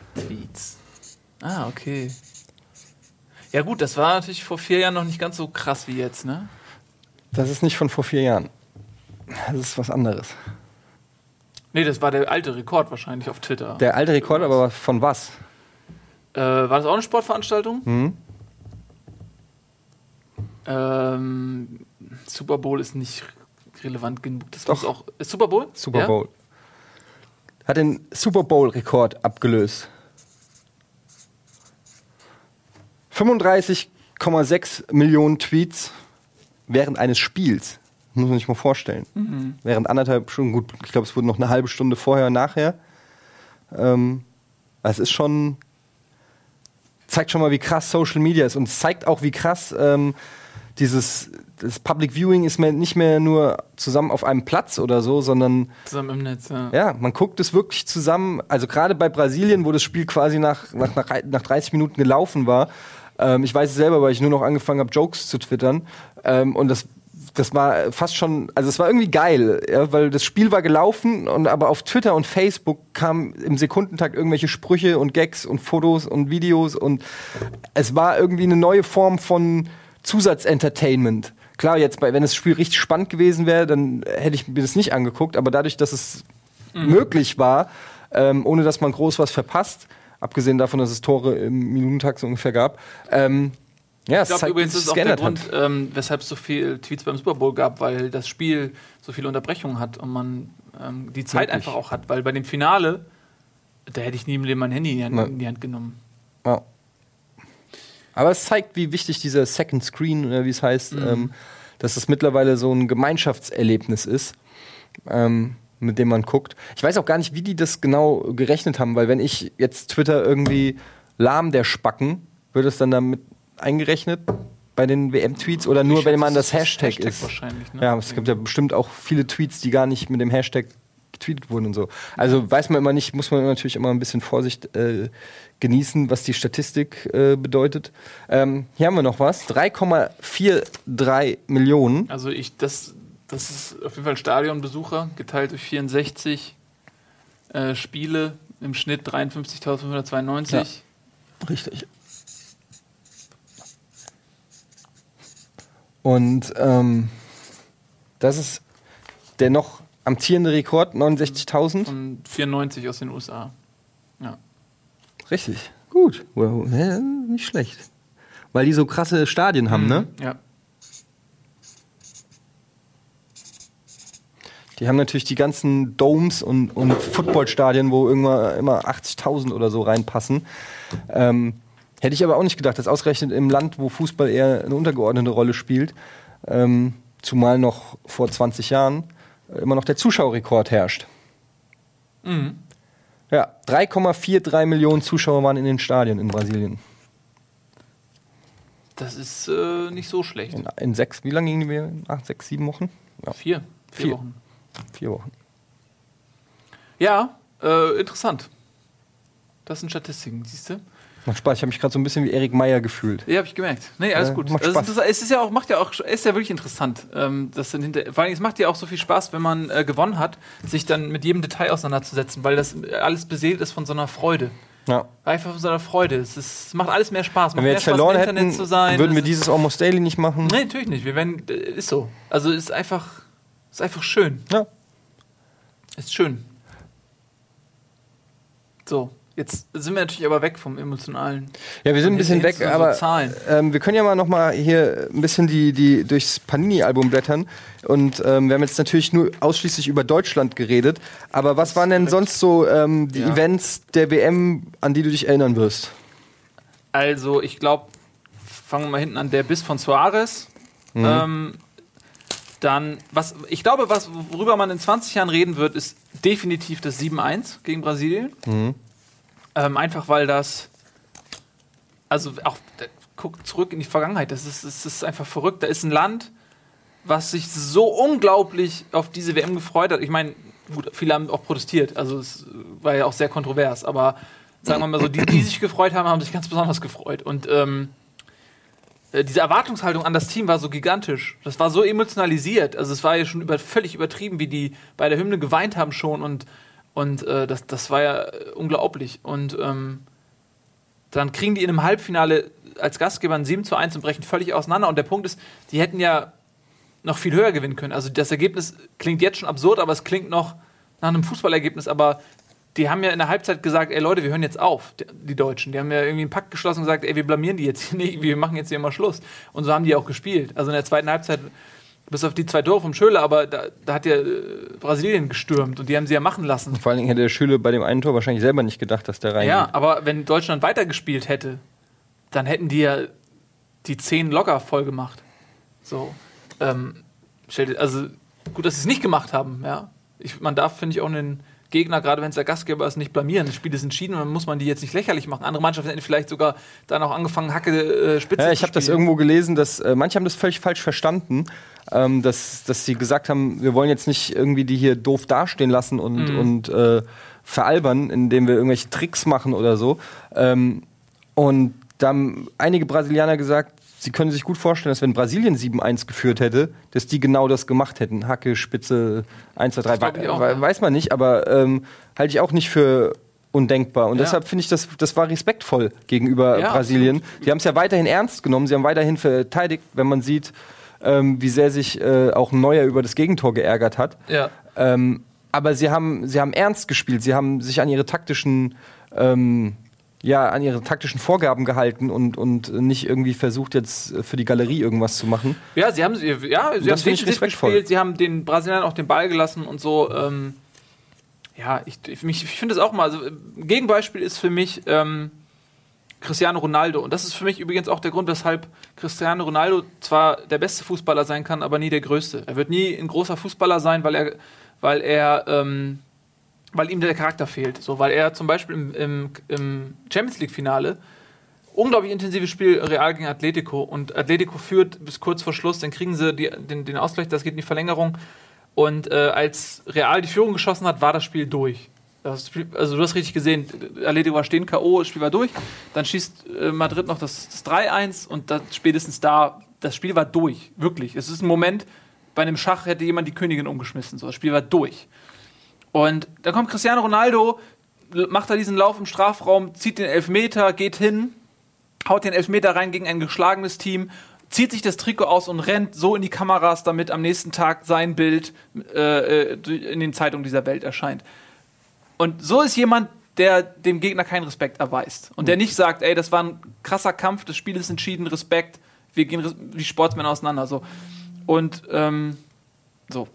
Tweets. Ah, okay. Ja gut, das war natürlich vor 4 Jahren noch nicht ganz so krass wie jetzt, ne? Das ist nicht von vor 4 Jahren. Das ist was anderes. Nee, das war der alte Rekord wahrscheinlich auf Twitter. Der alte Rekord, aber von was? War das auch eine Sportveranstaltung? Super Bowl ist nicht relevant genug. Das Doch. muss auch. Ist Super Bowl? Super Bowl. Hat den Super Bowl-Rekord abgelöst. 35,6 Millionen Tweets während eines Spiels. Muss man sich mal vorstellen. Während 1,5 Stunden, gut, ich glaube, es wurde noch eine halbe Stunde vorher und nachher. Es ist schon, zeigt schon mal, wie krass Social Media ist. Und es zeigt auch, wie krass das Public Viewing ist nicht mehr nur zusammen auf einem Platz oder so, sondern zusammen im Netz, ja. Ja, man guckt es wirklich zusammen. Also gerade bei Brasilien, wo das Spiel quasi nach 30 Minuten gelaufen war. Ich weiß es selber, weil ich nur noch angefangen habe, Jokes zu twittern. Und das war fast schon, also es war irgendwie geil, ja, weil das Spiel war gelaufen, aber auf Twitter und Facebook kamen im Sekundentakt irgendwelche Sprüche und Gags und Fotos und Videos und es war irgendwie eine neue Form von Zusatzentertainment. Klar, jetzt wenn das Spiel richtig spannend gewesen wäre, dann hätte ich mir das nicht angeguckt, aber dadurch, dass es möglich war, ohne dass man groß was verpasst, abgesehen davon, dass es Tore im Minutentakt so ungefähr gab, ja, ich glaube übrigens, das ist auch der Grund, weshalb es so viele Tweets beim Super Bowl gab, weil das Spiel so viele Unterbrechungen hat und man die Zeit einfach auch hat. Weil bei dem Finale, da hätte ich nie im Leben mein Handy in die Hand genommen. Ja. Aber es zeigt, wie wichtig dieser Second Screen, oder wie es heißt, dass das mittlerweile so ein Gemeinschaftserlebnis ist, mit dem man guckt. Ich weiß auch gar nicht, wie die das genau gerechnet haben, weil wenn ich jetzt Twitter irgendwie lahm der Spacken, wird es dann damit eingerechnet bei den WM-Tweets oder nur, wenn man das Hashtag ist? Wahrscheinlich, ne? Ja, es gibt ja bestimmt auch viele Tweets, die gar nicht mit dem Hashtag getweetet wurden und so. Also weiß man immer nicht, muss man natürlich immer ein bisschen Vorsicht genießen, was die Statistik bedeutet. Hier haben wir noch was. 3,43 Millionen. Also das ist auf jeden Fall Stadionbesucher, geteilt durch 64 Spiele, im Schnitt 53.592. Ja, richtig. Und das ist der noch amtierende Rekord, 69.000. Von 94 aus den USA. Ja. Richtig, gut. Wow. Ja, nicht schlecht. Weil die so krasse Stadien haben, ne? Ja. Die haben natürlich die ganzen Domes und Footballstadien, wo immer 80.000 oder so reinpassen. Hätte ich aber auch nicht gedacht, dass ausgerechnet im Land, wo Fußball eher eine untergeordnete Rolle spielt, zumal noch vor 20 Jahren, immer noch der Zuschauerrekord herrscht. Ja, 3,43 Millionen Zuschauer waren in den Stadien in Brasilien. Das ist nicht so schlecht. In 6, wie lange gingen wir? 8, 6, 7 Wochen? Ja. 4 Wochen. 4 Wochen. Ja, interessant. Das sind Statistiken, siehst du? Macht Spaß, ich habe mich gerade so ein bisschen wie Erik Meyer gefühlt. Ja, habe ich gemerkt. Nee, alles gut. Macht Spaß. Es ist ja auch, ist ja wirklich interessant. Vor allem, es macht ja auch so viel Spaß, wenn man gewonnen hat, sich dann mit jedem Detail auseinanderzusetzen, weil das alles beseelt ist von so einer Freude. Ja. Einfach von so einer Freude. Es macht alles mehr Spaß. Wenn wir jetzt verloren hätten, würden wir dieses Almost Daily nicht machen. Nee, natürlich nicht. Ist so. Also ist einfach schön. Ja. Ist schön. So. Jetzt sind wir natürlich aber weg vom Emotionalen. Ja, wir sind ein bisschen weg, aber wir können ja mal noch mal hier ein bisschen die durchs Panini-Album blättern. Und wir haben jetzt natürlich nur ausschließlich über Deutschland geredet. Aber was waren denn sonst so die Events der WM, an die du dich erinnern wirst? Also, ich glaube, fangen wir mal hinten an, der Biss von Suarez. Dann, worüber man in 20 Jahren reden wird, ist definitiv das 7-1 gegen Brasilien. Einfach weil das, also auch, guckt zurück in die Vergangenheit, das ist einfach verrückt. Da ist ein Land, was sich so unglaublich auf diese WM gefreut hat. Ich meine, gut, viele haben auch protestiert, also es war ja auch sehr kontrovers, aber sagen wir mal so, die sich gefreut haben, haben sich ganz besonders gefreut. Und diese Erwartungshaltung an das Team war so gigantisch. Das war so emotionalisiert. Also es war ja schon völlig übertrieben, wie die bei der Hymne geweint haben schon und das war ja unglaublich. Und dann kriegen die in einem Halbfinale als Gastgeber ein 7:1 und brechen völlig auseinander. Und der Punkt ist, die hätten ja noch viel höher gewinnen können. Also das Ergebnis klingt jetzt schon absurd, aber es klingt noch nach einem Fußballergebnis. Aber die haben ja in der Halbzeit gesagt, ey Leute, wir hören jetzt auf, die Deutschen. Die haben ja irgendwie einen Pakt geschlossen und gesagt, ey, wir blamieren die jetzt hier nicht, wir machen jetzt hier mal Schluss. Und so haben die auch gespielt. Also in der zweiten Halbzeit, bis auf die 2 Tore vom Schöle, aber da hat ja Brasilien gestürmt und die haben sie ja machen lassen. Vor allen Dingen hätte der Schöle bei dem einen Tor wahrscheinlich selber nicht gedacht, dass der reingeht. Ja, aber wenn Deutschland weitergespielt hätte, dann hätten die ja die 10 locker voll gemacht. So. Also gut, dass sie es nicht gemacht haben. Ja. Man darf, finde ich, auch einen Gegner, gerade wenn es der Gastgeber ist, nicht blamieren. Das Spiel ist entschieden und dann muss man die jetzt nicht lächerlich machen. Andere Mannschaften hätten vielleicht sogar dann auch angefangen, Hacke Spitze zu ich habe das irgendwo gelesen, dass manche haben das völlig falsch verstanden, dass sie gesagt haben, wir wollen jetzt nicht irgendwie die hier doof dastehen lassen und veralbern, indem wir irgendwelche Tricks machen oder so. Und da haben einige Brasilianer gesagt, sie können sich gut vorstellen, dass wenn Brasilien 7:1 geführt hätte, dass die genau das gemacht hätten. Hacke, Spitze, 1, 2, 3, weiß man nicht, aber halte ich auch nicht für undenkbar. Und deshalb finde ich, das war respektvoll gegenüber Brasilien. Die haben es ja weiterhin ernst genommen, sie haben weiterhin verteidigt, wenn man sieht, wie sehr sich auch Neuer über das Gegentor geärgert hat. Ja. Aber sie haben ernst gespielt, sie haben sich an ihre taktischen Vorgaben gehalten und nicht irgendwie versucht, jetzt für die Galerie irgendwas zu machen. Ja, sie haben defensiv gespielt, sie haben den Brasilianern auch den Ball gelassen und so. Ich finde das auch mal. Also, ein Gegenbeispiel ist für mich Cristiano Ronaldo. Und das ist für mich übrigens auch der Grund, weshalb Cristiano Ronaldo zwar der beste Fußballer sein kann, aber nie der größte. Er wird nie ein großer Fußballer sein, weil ihm der Charakter fehlt. So, weil er zum Beispiel im Champions League-Finale unglaublich intensives Spiel Real gegen Atletico und Atletico führt bis kurz vor Schluss, dann kriegen sie den Ausgleich, das geht in die Verlängerung und als Real die Führung geschossen hat, war das Spiel durch. Also du hast richtig gesehen, Atletico war stehen, K.O., das Spiel war durch, dann schießt Madrid noch das 3:1 und dann spätestens da, das Spiel war durch, wirklich. Es ist ein Moment, bei einem Schach hätte jemand die Königin umgeschmissen, so, das Spiel war durch. Und dann kommt Cristiano Ronaldo, macht da diesen Lauf im Strafraum, zieht den Elfmeter, geht hin, haut den Elfmeter rein gegen ein geschlagenes Team, zieht sich das Trikot aus und rennt so in die Kameras, damit am nächsten Tag sein Bild in den Zeitungen dieser Welt erscheint. Und so ist jemand, der dem Gegner keinen Respekt erweist. Und der nicht sagt, ey, das war ein krasser Kampf, das Spiel ist entschieden, Respekt, wir gehen wie Sportsmänner auseinander. So. Und so.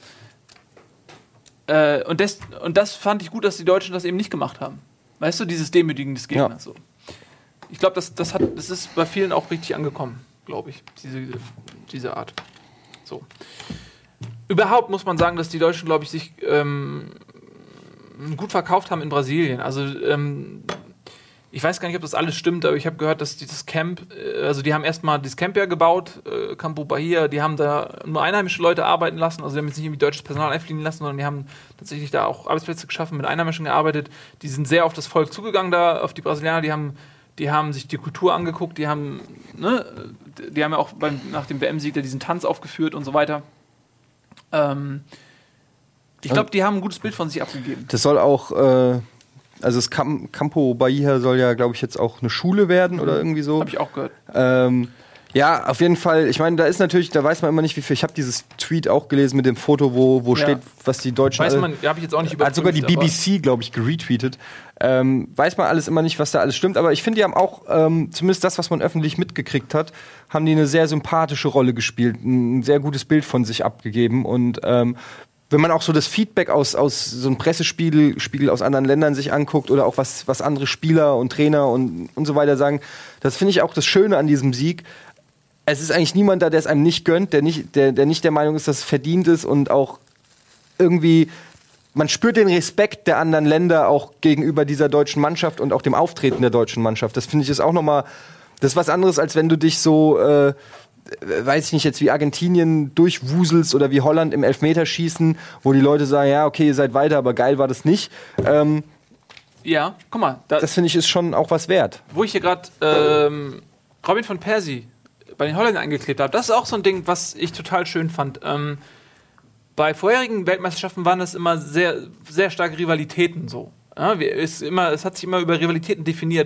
Und das fand ich gut, dass die Deutschen das eben nicht gemacht haben. Weißt du, dieses Demütigen des Gegners. Ja. So. Ich glaube, das ist bei vielen auch richtig angekommen, glaube ich, diese Art. So. Überhaupt muss man sagen, dass die Deutschen, glaube ich, sich gut verkauft haben in Brasilien. Also ich weiß gar nicht, ob das alles stimmt, aber ich habe gehört, dass dieses Camp, also die haben erstmal dieses Camp ja gebaut, Campo Bahia, die haben da nur einheimische Leute arbeiten lassen, also die haben jetzt nicht irgendwie deutsches Personal einfliegen lassen, sondern die haben tatsächlich da auch Arbeitsplätze geschaffen, mit Einheimischen gearbeitet, die sind sehr auf das Volk zugegangen da, auf die Brasilianer, die haben sich die Kultur angeguckt, die haben ja auch nach dem WM-Sieg da diesen Tanz aufgeführt und so weiter. Ich glaube, die haben ein gutes Bild von sich abgegeben. Das soll auch also das Campo Bahia soll ja, glaube ich, jetzt auch eine Schule werden oder irgendwie so. Habe ich auch gehört. Ja, auf jeden Fall. Ich meine, da ist natürlich, da weiß man immer nicht, wie viel. Ich habe dieses Tweet auch gelesen mit dem Foto, wo steht, was die Deutschen. Weiß man, habe ich jetzt auch nicht überprüft. Hat sogar die BBC, glaube ich, geretweetet. Weiß man alles immer nicht, was da alles stimmt. Aber ich finde, die haben auch, zumindest das, was man öffentlich mitgekriegt hat, haben die eine sehr sympathische Rolle gespielt. Ein sehr gutes Bild von sich abgegeben. Und wenn man auch so das Feedback aus so einem Pressespiegel aus anderen Ländern sich anguckt oder auch was andere Spieler und Trainer und so weiter sagen, das finde ich auch das Schöne an diesem Sieg. Es ist eigentlich niemand da, der es einem nicht gönnt, der nicht der Meinung ist, dass es verdient ist und auch irgendwie, man spürt den Respekt der anderen Länder auch gegenüber dieser deutschen Mannschaft und auch dem Auftreten der deutschen Mannschaft. Das finde ich ist auch nochmal, das ist was anderes, als wenn du dich so, weiß ich nicht, jetzt wie Argentinien durchwuselst oder wie Holland im Elfmeterschießen, wo die Leute sagen, ja, okay, ihr seid weiter, aber geil war das nicht. Ja, guck mal. Das finde ich ist schon auch was wert. Wo ich hier gerade Robin van Persie bei den Holländern eingeklebt habe, das ist auch so ein Ding, was ich total schön fand. Bei vorherigen Weltmeisterschaften waren das immer sehr, sehr starke Rivalitäten so. Ja, es hat sich immer über Rivalitäten definiert.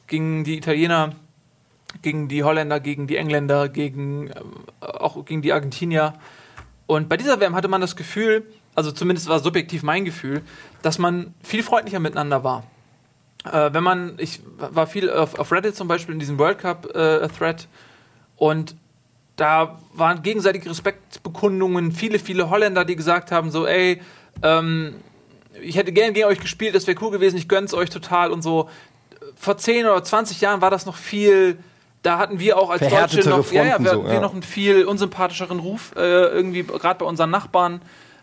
gegen die Italiener, gegen die Holländer, gegen die Engländer, auch gegen die Argentinier. Und bei dieser WM hatte man das Gefühl, also zumindest war subjektiv mein Gefühl, dass man viel freundlicher miteinander war. Ich war viel auf Reddit zum Beispiel in diesem World Cup Thread und da waren gegenseitige Respektbekundungen, viele Holländer, die gesagt haben so, ey, ich hätte gerne gegen euch gespielt, das wäre cool gewesen, ich gönn's euch total und so. Vor 10 oder 20 Jahren war das noch viel, da hatten wir auch als Deutsche noch, wir noch einen viel unsympathischeren Ruf, irgendwie gerade bei unseren Nachbarn.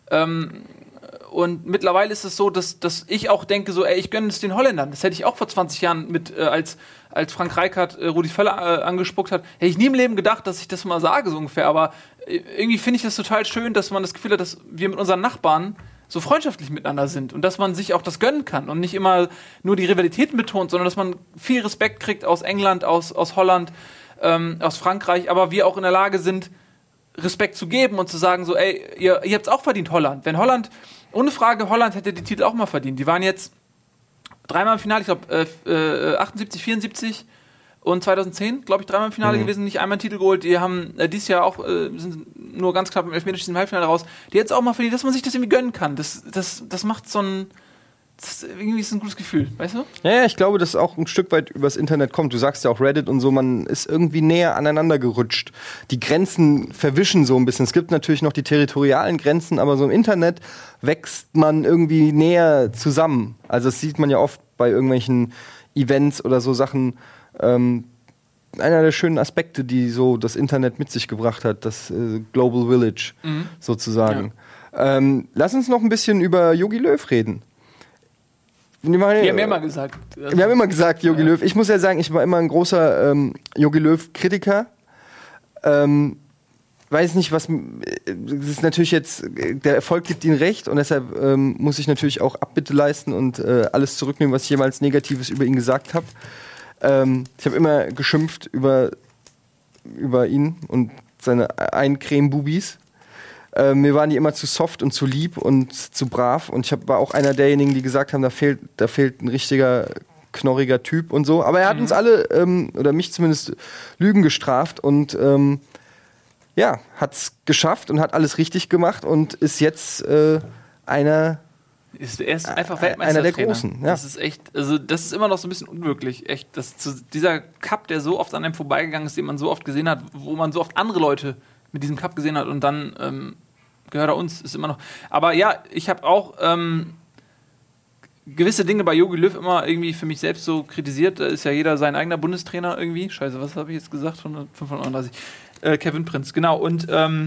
Und mittlerweile ist es so, dass ich auch denke, so, ey, ich gönne es den Holländern. Das hätte ich auch vor 20 Jahren als Frank Rijkaard Rudi Völler angespuckt hat, hätte ich nie im Leben gedacht, dass ich das mal sage, so ungefähr. Aber irgendwie finde ich das total schön, dass man das Gefühl hat, dass wir mit unseren Nachbarn so freundschaftlich miteinander sind und dass man sich auch das gönnen kann und nicht immer nur die Rivalitäten betont, sondern dass man viel Respekt kriegt aus England, aus Holland, aus Frankreich, aber wir auch in der Lage sind, Respekt zu geben und zu sagen, so, ey, ihr habt es auch verdient, Holland. Wenn Holland, ohne Frage, Holland hätte die Titel auch mal verdient. Die waren jetzt 3-mal im Finale, ich glaube 78, 74 und 2010, glaube ich, 3-mal im Finale gewesen, nicht einmal einen Titel geholt. Die haben dieses Jahr auch, sind nur ganz knapp im Elfmeterschießen im Halbfinale raus. Die hätten es auch mal verdient, dass man sich das irgendwie gönnen kann. Das macht so ein... irgendwie ist ein gutes Gefühl, weißt du? Ja, ich glaube, dass auch ein Stück weit übers Internet kommt. Du sagst ja auch Reddit und so, man ist irgendwie näher aneinander gerutscht. Die Grenzen verwischen so ein bisschen. Es gibt natürlich noch die territorialen Grenzen, aber so im Internet wächst man irgendwie näher zusammen. Also das sieht man ja oft bei irgendwelchen Events oder so Sachen. Einer der schönen Aspekte, die so das Internet mit sich gebracht hat, das Global Village sozusagen. Ja. Lass uns noch ein bisschen über Jogi Löw reden. Wir haben immer gesagt. Wir haben immer gesagt, Jogi Löw. Ich muss ja sagen, ich war immer ein großer Jogi Löw-Kritiker. Weiß nicht, das ist natürlich jetzt, der Erfolg gibt ihm recht und deshalb muss ich natürlich auch Abbitte leisten und alles zurücknehmen, was ich jemals Negatives über ihn gesagt habe. Ich habe immer geschimpft über ihn und seine Eincreme-Bubis. Mir waren die immer zu soft und zu lieb und zu brav. Und ich war auch einer derjenigen, die gesagt haben, da fehlt ein richtiger, knorriger Typ und so. Aber er hat uns alle, oder mich zumindest, Lügen gestraft und hat's geschafft und hat alles richtig gemacht und ist jetzt er ist einfach Weltmeister. Einer der Großen. Ja. Das ist echt, also das ist immer noch so ein bisschen unwirklich. Echt, dieser Cup, der so oft an einem vorbeigegangen ist, den man so oft gesehen hat, wo man so oft andere Leute mit diesem Cup gesehen hat und dann gehört er uns, ist immer noch. Aber ja, ich habe auch gewisse Dinge bei Jogi Löw immer irgendwie für mich selbst so kritisiert. Da ist ja jeder sein eigener Bundestrainer irgendwie. Scheiße, was habe ich jetzt gesagt? 539. Kevin Prinz, genau. Und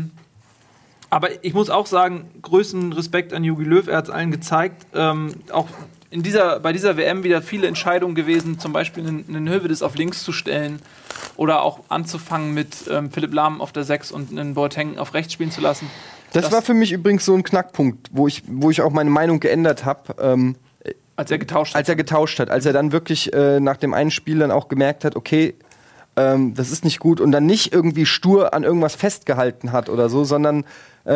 aber ich muss auch sagen, größten Respekt an Jogi Löw. Er hat es allen gezeigt. Auch bei dieser WM wieder viele Entscheidungen gewesen, zum Beispiel einen Hövedes auf links zu stellen oder auch anzufangen mit Philipp Lahm auf der 6 und einen Boateng auf rechts spielen zu lassen. Das war für mich übrigens so ein Knackpunkt, wo ich auch meine Meinung geändert habe. Als er getauscht hat. Als er dann wirklich nach dem einen Spiel dann auch gemerkt hat, okay, das ist nicht gut und dann nicht irgendwie stur an irgendwas festgehalten hat oder so, sondern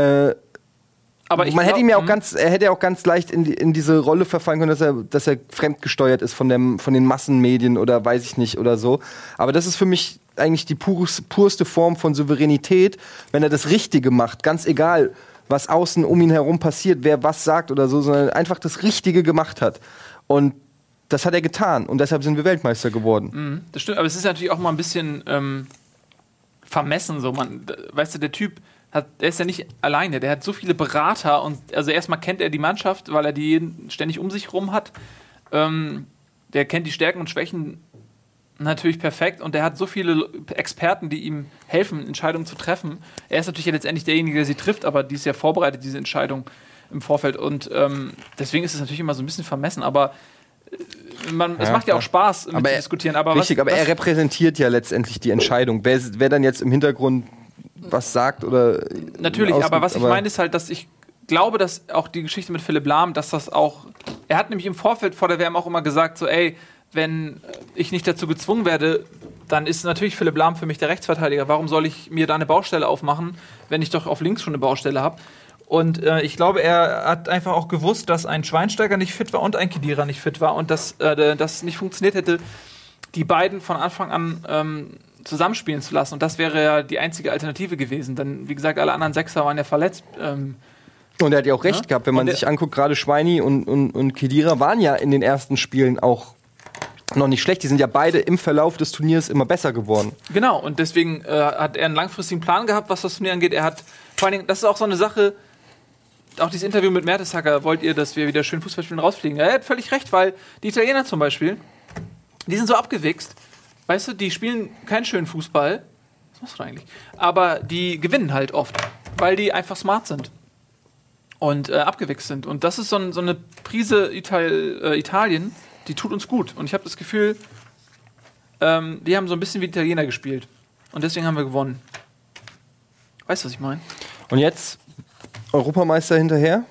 aber man hätte ihm ja auch er hätte ja auch ganz leicht in diese Rolle verfallen können, dass er fremdgesteuert ist von den Massenmedien oder weiß ich nicht oder so. Aber das ist für mich eigentlich die purste Form von Souveränität, wenn er das Richtige macht, ganz egal, was außen um ihn herum passiert, wer was sagt oder so, sondern einfach das Richtige gemacht hat. Und das hat er getan und deshalb sind wir Weltmeister geworden. Das stimmt, aber es ist natürlich auch mal ein bisschen vermessen so. Weißt du, der Typ der ist ja nicht alleine, der hat so viele Berater und also erstmal kennt er die Mannschaft, weil er die ständig um sich rum hat. Der kennt die Stärken und Schwächen natürlich perfekt und der hat so viele Experten, die ihm helfen, Entscheidungen zu treffen. Er ist natürlich ja letztendlich derjenige, der sie trifft, aber die ist ja vorbereitet, diese Entscheidung im Vorfeld und deswegen ist es natürlich immer so ein bisschen vermessen, aber es macht ja auch Spaß mit zu diskutieren. Aber er repräsentiert ja letztendlich die Entscheidung. Wer dann jetzt im Hintergrund was sagt oder natürlich, aber was ich meine ist halt, dass ich glaube, dass auch die Geschichte mit Philipp Lahm, dass das auch, er hat nämlich im Vorfeld vor der WM auch immer gesagt, so ey, wenn ich nicht dazu gezwungen werde, dann ist natürlich Philipp Lahm für mich der Rechtsverteidiger. Warum soll ich mir da eine Baustelle aufmachen, wenn ich doch auf links schon eine Baustelle habe? Und ich glaube, er hat einfach auch gewusst, dass ein Schweinsteiger nicht fit war und ein Khedira nicht fit war und dass das nicht funktioniert hätte, die beiden von Anfang an zusammenspielen zu lassen. Und das wäre ja die einzige Alternative gewesen. Denn, wie gesagt, alle anderen Sechser waren ja verletzt. Und er hat ja auch recht gehabt, wenn man sich anguckt, gerade Schweini und Khedira waren ja in den ersten Spielen auch noch nicht schlecht. Die sind ja beide im Verlauf des Turniers immer besser geworden. Genau, und deswegen hat er einen langfristigen Plan gehabt, was das Turnier angeht. Er hat, vor allen Dingen, das ist auch so eine Sache, auch dieses Interview mit Mertesacker, wollt ihr, dass wir wieder schön Fußball spielen, rausfliegen? Er hat völlig recht, weil die Italiener zum Beispiel, die sind so abgewichst, weißt du, die spielen keinen schönen Fußball, was machst du eigentlich? Aber die gewinnen halt oft, weil die einfach smart sind und abgewichst sind. Und das ist so eine Prise Italien, die tut uns gut. Und ich habe das Gefühl, die haben so ein bisschen wie Italiener gespielt. Und deswegen haben wir gewonnen. Weißt du, was ich meine? Und jetzt Europameister hinterher?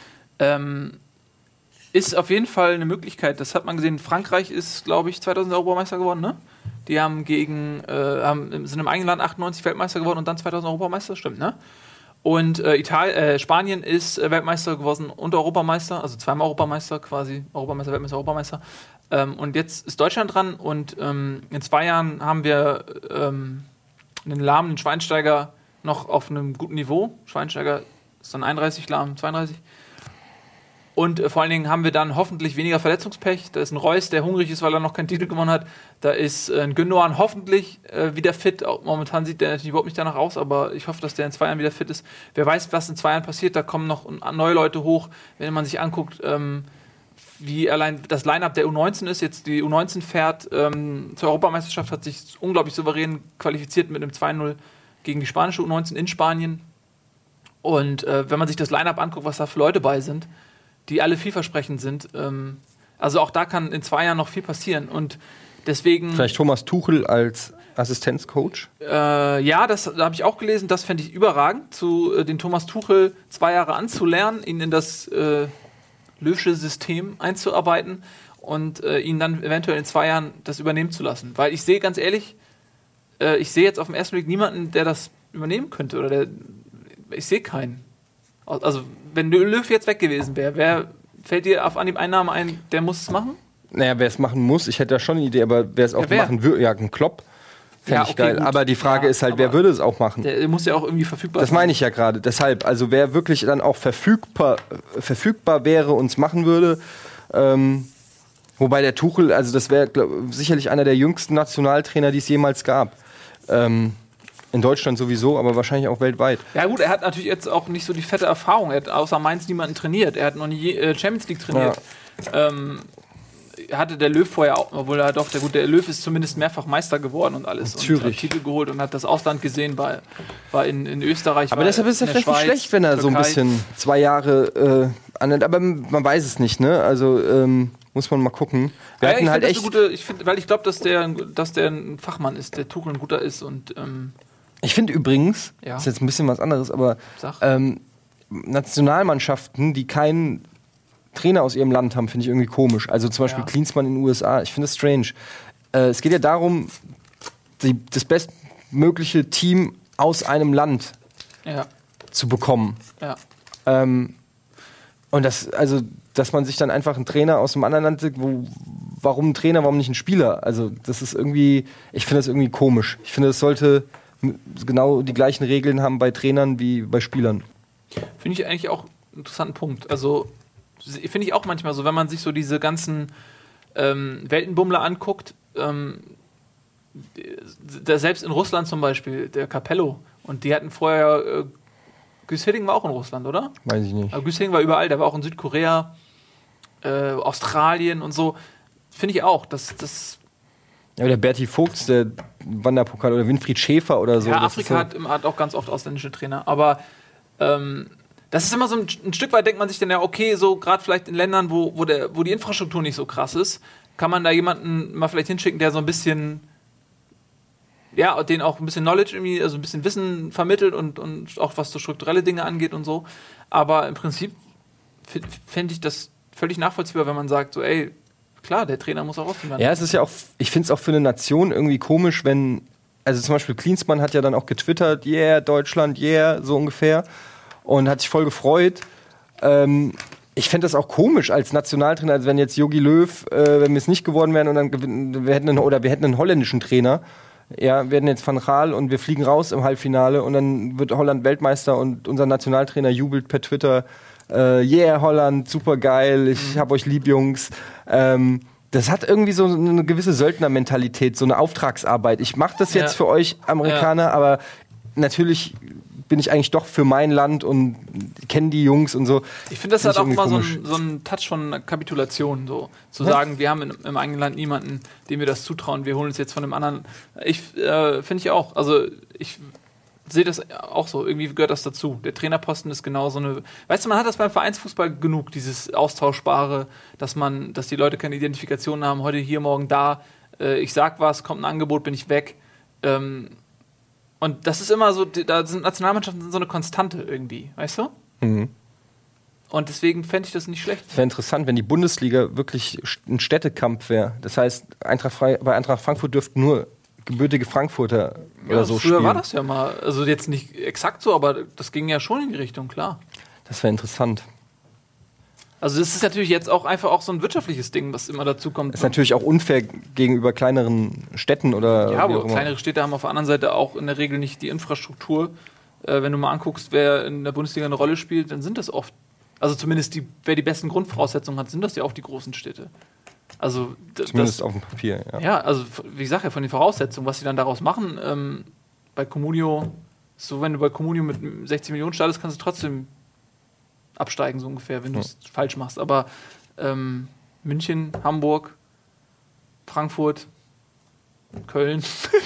Ist auf jeden Fall eine Möglichkeit. Das hat man gesehen. Frankreich ist, glaube ich, 2000 Europameister geworden, ne? Die haben sind im eigenen Land 98 Weltmeister geworden und dann 2000 Europameister, stimmt, ne? Und Spanien ist Weltmeister geworden und Europameister, also zweimal Europameister quasi, Europameister, Weltmeister, Europameister. Und jetzt ist Deutschland dran und in 2 Jahren haben wir einen Lahm, einen Schweinsteiger noch auf einem guten Niveau. Schweinsteiger ist dann 31, Lahm 32. Und vor allen Dingen haben wir dann hoffentlich weniger Verletzungspech. Da ist ein Reus, der hungrig ist, weil er noch keinen Titel gewonnen hat. Da ist ein Gündogan hoffentlich wieder fit. Auch momentan sieht der natürlich überhaupt nicht danach aus, aber ich hoffe, dass der in 2 Jahren wieder fit ist. Wer weiß, was in 2 Jahren passiert. Da kommen noch neue Leute hoch. Wenn man sich anguckt, wie allein das Line-Up der U19 ist. Jetzt die U19 fährt zur Europameisterschaft, hat sich unglaublich souverän qualifiziert mit einem 2-0 gegen die spanische U19 in Spanien. Und wenn man sich das Line-Up anguckt, was da für Leute bei sind, die alle vielversprechend sind. Also auch da kann in 2 Jahren noch viel passieren. Und deswegen... Vielleicht Thomas Tuchel als Assistenzcoach? Ja, da habe ich auch gelesen. Das fände ich überragend, den Thomas Tuchel 2 Jahre anzulernen, ihn in das Löwsche System einzuarbeiten und ihn dann eventuell in 2 Jahren das übernehmen zu lassen. Weil ich sehe, ganz ehrlich, ich sehe jetzt auf den ersten Blick niemanden, der das übernehmen könnte. Oder ich sehe keinen. Also, wenn Löw jetzt weg gewesen wäre, fällt dir auf Anhieb ein Name ein, der muss es machen? Naja, wer es machen muss, ich hätte da schon eine Idee, aber wer es auch machen würde, ja, ein Klopp, fände ich geil. Gut. Aber die Frage ist halt, wer würde es auch machen? Der muss ja auch irgendwie verfügbar sein. Das meine ich ja gerade. Deshalb, also wer wirklich dann auch verfügbar wäre und es machen würde, wobei der Tuchel, also das wäre sicherlich einer der jüngsten Nationaltrainer, die es jemals gab. In Deutschland sowieso, aber wahrscheinlich auch weltweit. Ja gut, er hat natürlich jetzt auch nicht so die fette Erfahrung. Er hat außer Mainz niemanden trainiert. Er hat noch nie Champions League trainiert. Ja. Hatte der Löw vorher auch, obwohl der Löw ist zumindest mehrfach Meister geworden und alles. Und hat Titel geholt und hat das Ausland gesehen, war in Österreich. Aber deshalb ist er vielleicht nicht schlecht, wenn er Türkei so ein bisschen 2 Jahre annimmt. Aber man weiß es nicht, ne? Also muss man mal gucken. Wir hatten halt echt weil ich glaube, dass der ein Fachmann ist, der Tuchel ein guter ist und ich finde übrigens, das ist jetzt ein bisschen was anderes, aber Nationalmannschaften, die keinen Trainer aus ihrem Land haben, finde ich irgendwie komisch. Also zum Beispiel Klinsmann in den USA. Ich finde das strange. Es geht ja darum, das bestmögliche Team aus einem Land zu bekommen. Ja. Und dass man sich dann einfach einen Trainer aus einem anderen Land sagt, warum ein Trainer, warum nicht ein Spieler? Also das ist irgendwie, ich finde das irgendwie komisch. Ich finde, es sollte genau die gleichen Regeln haben bei Trainern wie bei Spielern. Finde ich eigentlich auch einen interessanten Punkt. Also finde ich auch manchmal so, wenn man sich so diese ganzen Weltenbummler anguckt, selbst in Russland zum Beispiel, der Capello, und die hatten vorher, Güs Hiddink war auch in Russland, oder? Weiß ich nicht. Aber Güs Hiddink war überall, der war auch in Südkorea, Australien und so. Finde ich auch, ja, der Berti Vogts, der Wanderpokal oder Winfried Schäfer oder so. Ja, Afrika hat auch ganz oft ausländische Trainer. Aber das ist immer so ein Stück weit, denkt man sich dann ja, okay, so gerade vielleicht in Ländern, wo die Infrastruktur nicht so krass ist, kann man da jemanden mal vielleicht hinschicken, der so ein bisschen, ja, den auch ein bisschen Knowledge irgendwie, also ein bisschen Wissen vermittelt und auch was so strukturelle Dinge angeht und so. Aber im Prinzip fände ich das völlig nachvollziehbar, wenn man sagt, so, ey, klar, der Trainer muss auch rausfinden. Ja, es ist ja auch, ich finde es auch für eine Nation irgendwie komisch, wenn, also zum Beispiel Klinsmann hat ja dann auch getwittert, yeah, Deutschland, yeah, so ungefähr, und hat sich voll gefreut. Ich fände das auch komisch als Nationaltrainer, als wenn jetzt Jogi Löw, wenn wir es nicht geworden wären und dann wir hätten einen holländischen Trainer. Ja, wir hätten jetzt Van Gaal und wir fliegen raus im Halbfinale und dann wird Holland Weltmeister und unser Nationaltrainer jubelt per Twitter, yeah, Holland, super geil, ich hab euch lieb, Jungs. Das hat irgendwie so eine gewisse Söldnermentalität, so eine Auftragsarbeit. Ich mache das jetzt für euch Amerikaner, aber natürlich bin ich eigentlich doch für mein Land und kenne die Jungs und so. Ich finde, das hat auch mal so einen Touch von Kapitulation, so zu sagen, wir haben im eigenen Land niemanden, dem wir das zutrauen, wir holen uns jetzt von dem anderen. Finde ich auch. Also ich sehe das auch so. Irgendwie gehört das dazu. Der Trainerposten ist genau so eine. Weißt du, man hat das beim Vereinsfußball genug, dieses Austauschbare, dass die Leute keine Identifikation haben, heute hier, morgen da. Ich sag was, kommt ein Angebot, bin ich weg. Und das ist immer so, da sind Nationalmannschaften so eine Konstante irgendwie, weißt du? Mhm. Und deswegen fände ich das nicht schlecht. Es wäre interessant, wenn die Bundesliga wirklich ein Städtekampf wäre. Das heißt, bei Eintracht Frankfurt dürften nur gebürtige Frankfurter oder so spielen. Früher war das ja mal, also jetzt nicht exakt so, aber das ging ja schon in die Richtung, klar. Das wäre interessant. Also das ist natürlich jetzt auch einfach auch so ein wirtschaftliches Ding, was immer dazu kommt. Das ist natürlich auch unfair gegenüber kleineren Städten oder. Ja, aber kleinere Städte haben auf der anderen Seite auch in der Regel nicht die Infrastruktur. Wenn du mal anguckst, wer in der Bundesliga eine Rolle spielt, dann sind das oft, also zumindest wer die besten Grundvoraussetzungen hat, sind das ja auch die großen Städte. Also zumindest auf dem Papier, ja. Ja, also wie gesagt, ja, von den Voraussetzungen, was sie dann daraus machen. Bei Comunio, so wenn du bei Comunio mit 60 Millionen startest, kannst du trotzdem absteigen, so ungefähr, wenn du es falsch machst. Aber München, Hamburg, Frankfurt, Köln,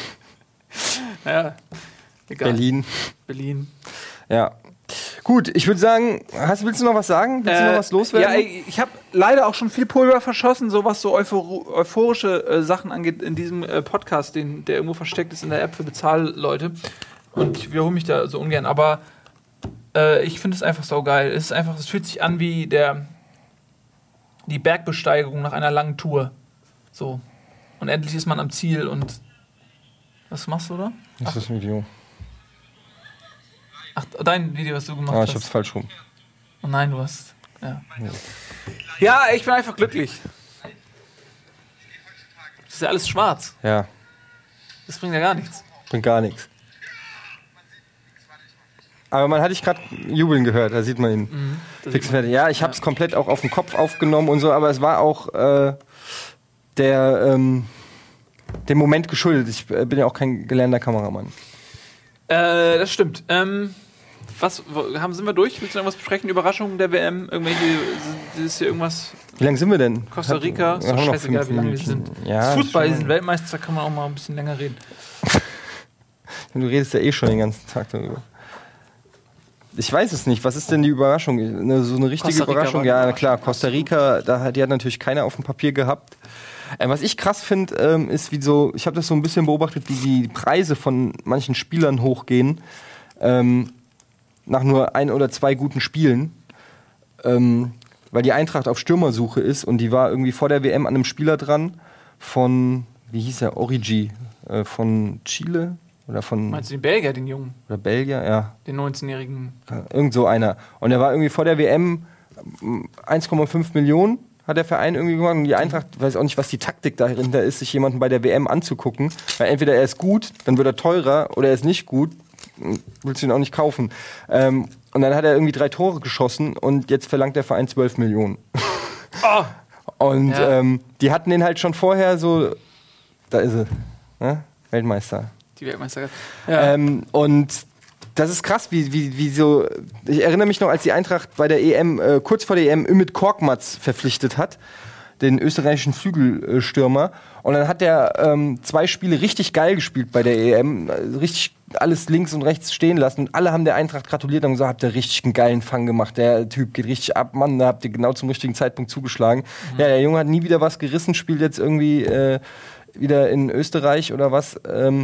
ja, egal. Berlin. Ja. Gut, ich würde sagen, willst du noch was sagen? Willst du noch was loswerden? Ja, ich habe leider auch schon viel Pulver verschossen, so was so euphorische Sachen angeht in diesem Podcast, der irgendwo versteckt ist in der App für Bezahlleute. Und ich wiederhole mich da so ungern, aber ich finde es einfach saugeil. Es fühlt sich an wie die Bergbesteigerung nach einer langen Tour. So. Und endlich ist man am Ziel und was machst du da? Das ist ein Video. Ach, dein Video, was du gemacht hast. Ich hab's falsch rum. Oh nein, du hast. Ja, ich bin einfach glücklich. Das ist ja alles schwarz. Ja. Das bringt ja gar nichts. Bringt gar nichts. Aber man hat dich gerade jubeln gehört, da sieht man ihn. Fix und fertig. Ja, ich habe es komplett auch auf den Kopf aufgenommen und so, aber es war auch dem Moment geschuldet. Ich bin ja auch kein gelernter Kameramann. Das stimmt. Sind wir durch? Willst du noch was besprechen? Überraschungen der WM? Ist hier irgendwas? Wie lange sind wir denn? Costa Rica? Ist doch scheißegal, wie lange wir sind. Ja, Fußball, die sind Weltmeister, da kann man auch mal ein bisschen länger reden. Du redest ja eh schon den ganzen Tag darüber. Ich weiß es nicht. Was ist denn die Überraschung? So eine richtige Überraschung? Ja, klar. Costa Rica, die hat natürlich keiner auf dem Papier gehabt. Was ich krass finde, ist, ich habe das so ein bisschen beobachtet, wie die Preise von manchen Spielern hochgehen, nach nur 1 oder 2 guten Spielen, weil die Eintracht auf Stürmersuche ist und die war irgendwie vor der WM an einem Spieler dran von, wie hieß er, Origi, von Chile. Oder von Meinst du den Belgier, den Jungen? Oder Belgier, ja. Den 19-Jährigen. Irgend so einer. Und der war irgendwie vor der WM 1,5 Millionen hat der Verein irgendwie gemacht. Und die Eintracht, weiß auch nicht, was die Taktik dahinter ist, sich jemanden bei der WM anzugucken. Weil entweder er ist gut, dann wird er teurer, oder er ist nicht gut, willst du ihn auch nicht kaufen. Und dann hat er irgendwie 3 Tore geschossen und jetzt verlangt der Verein 12 Millionen. Oh. Und die hatten den halt schon vorher so, da ist er, ne? Weltmeister. Die Weltmeister. Ja. Und das ist krass, wie so. Ich erinnere mich noch, als die Eintracht bei der EM, kurz vor der EM, Ümit Korkmaz verpflichtet hat, den österreichischen Flügelstürmer. Und dann hat der 2 Spiele richtig geil gespielt bei der EM. Richtig alles links und rechts stehen lassen. Und alle haben der Eintracht gratuliert und gesagt, habt ihr richtig einen geilen Fang gemacht. Der Typ geht richtig ab, Mann, da habt ihr genau zum richtigen Zeitpunkt zugeschlagen. Ja, der Junge hat nie wieder was gerissen, spielt jetzt irgendwie wieder in Österreich oder was.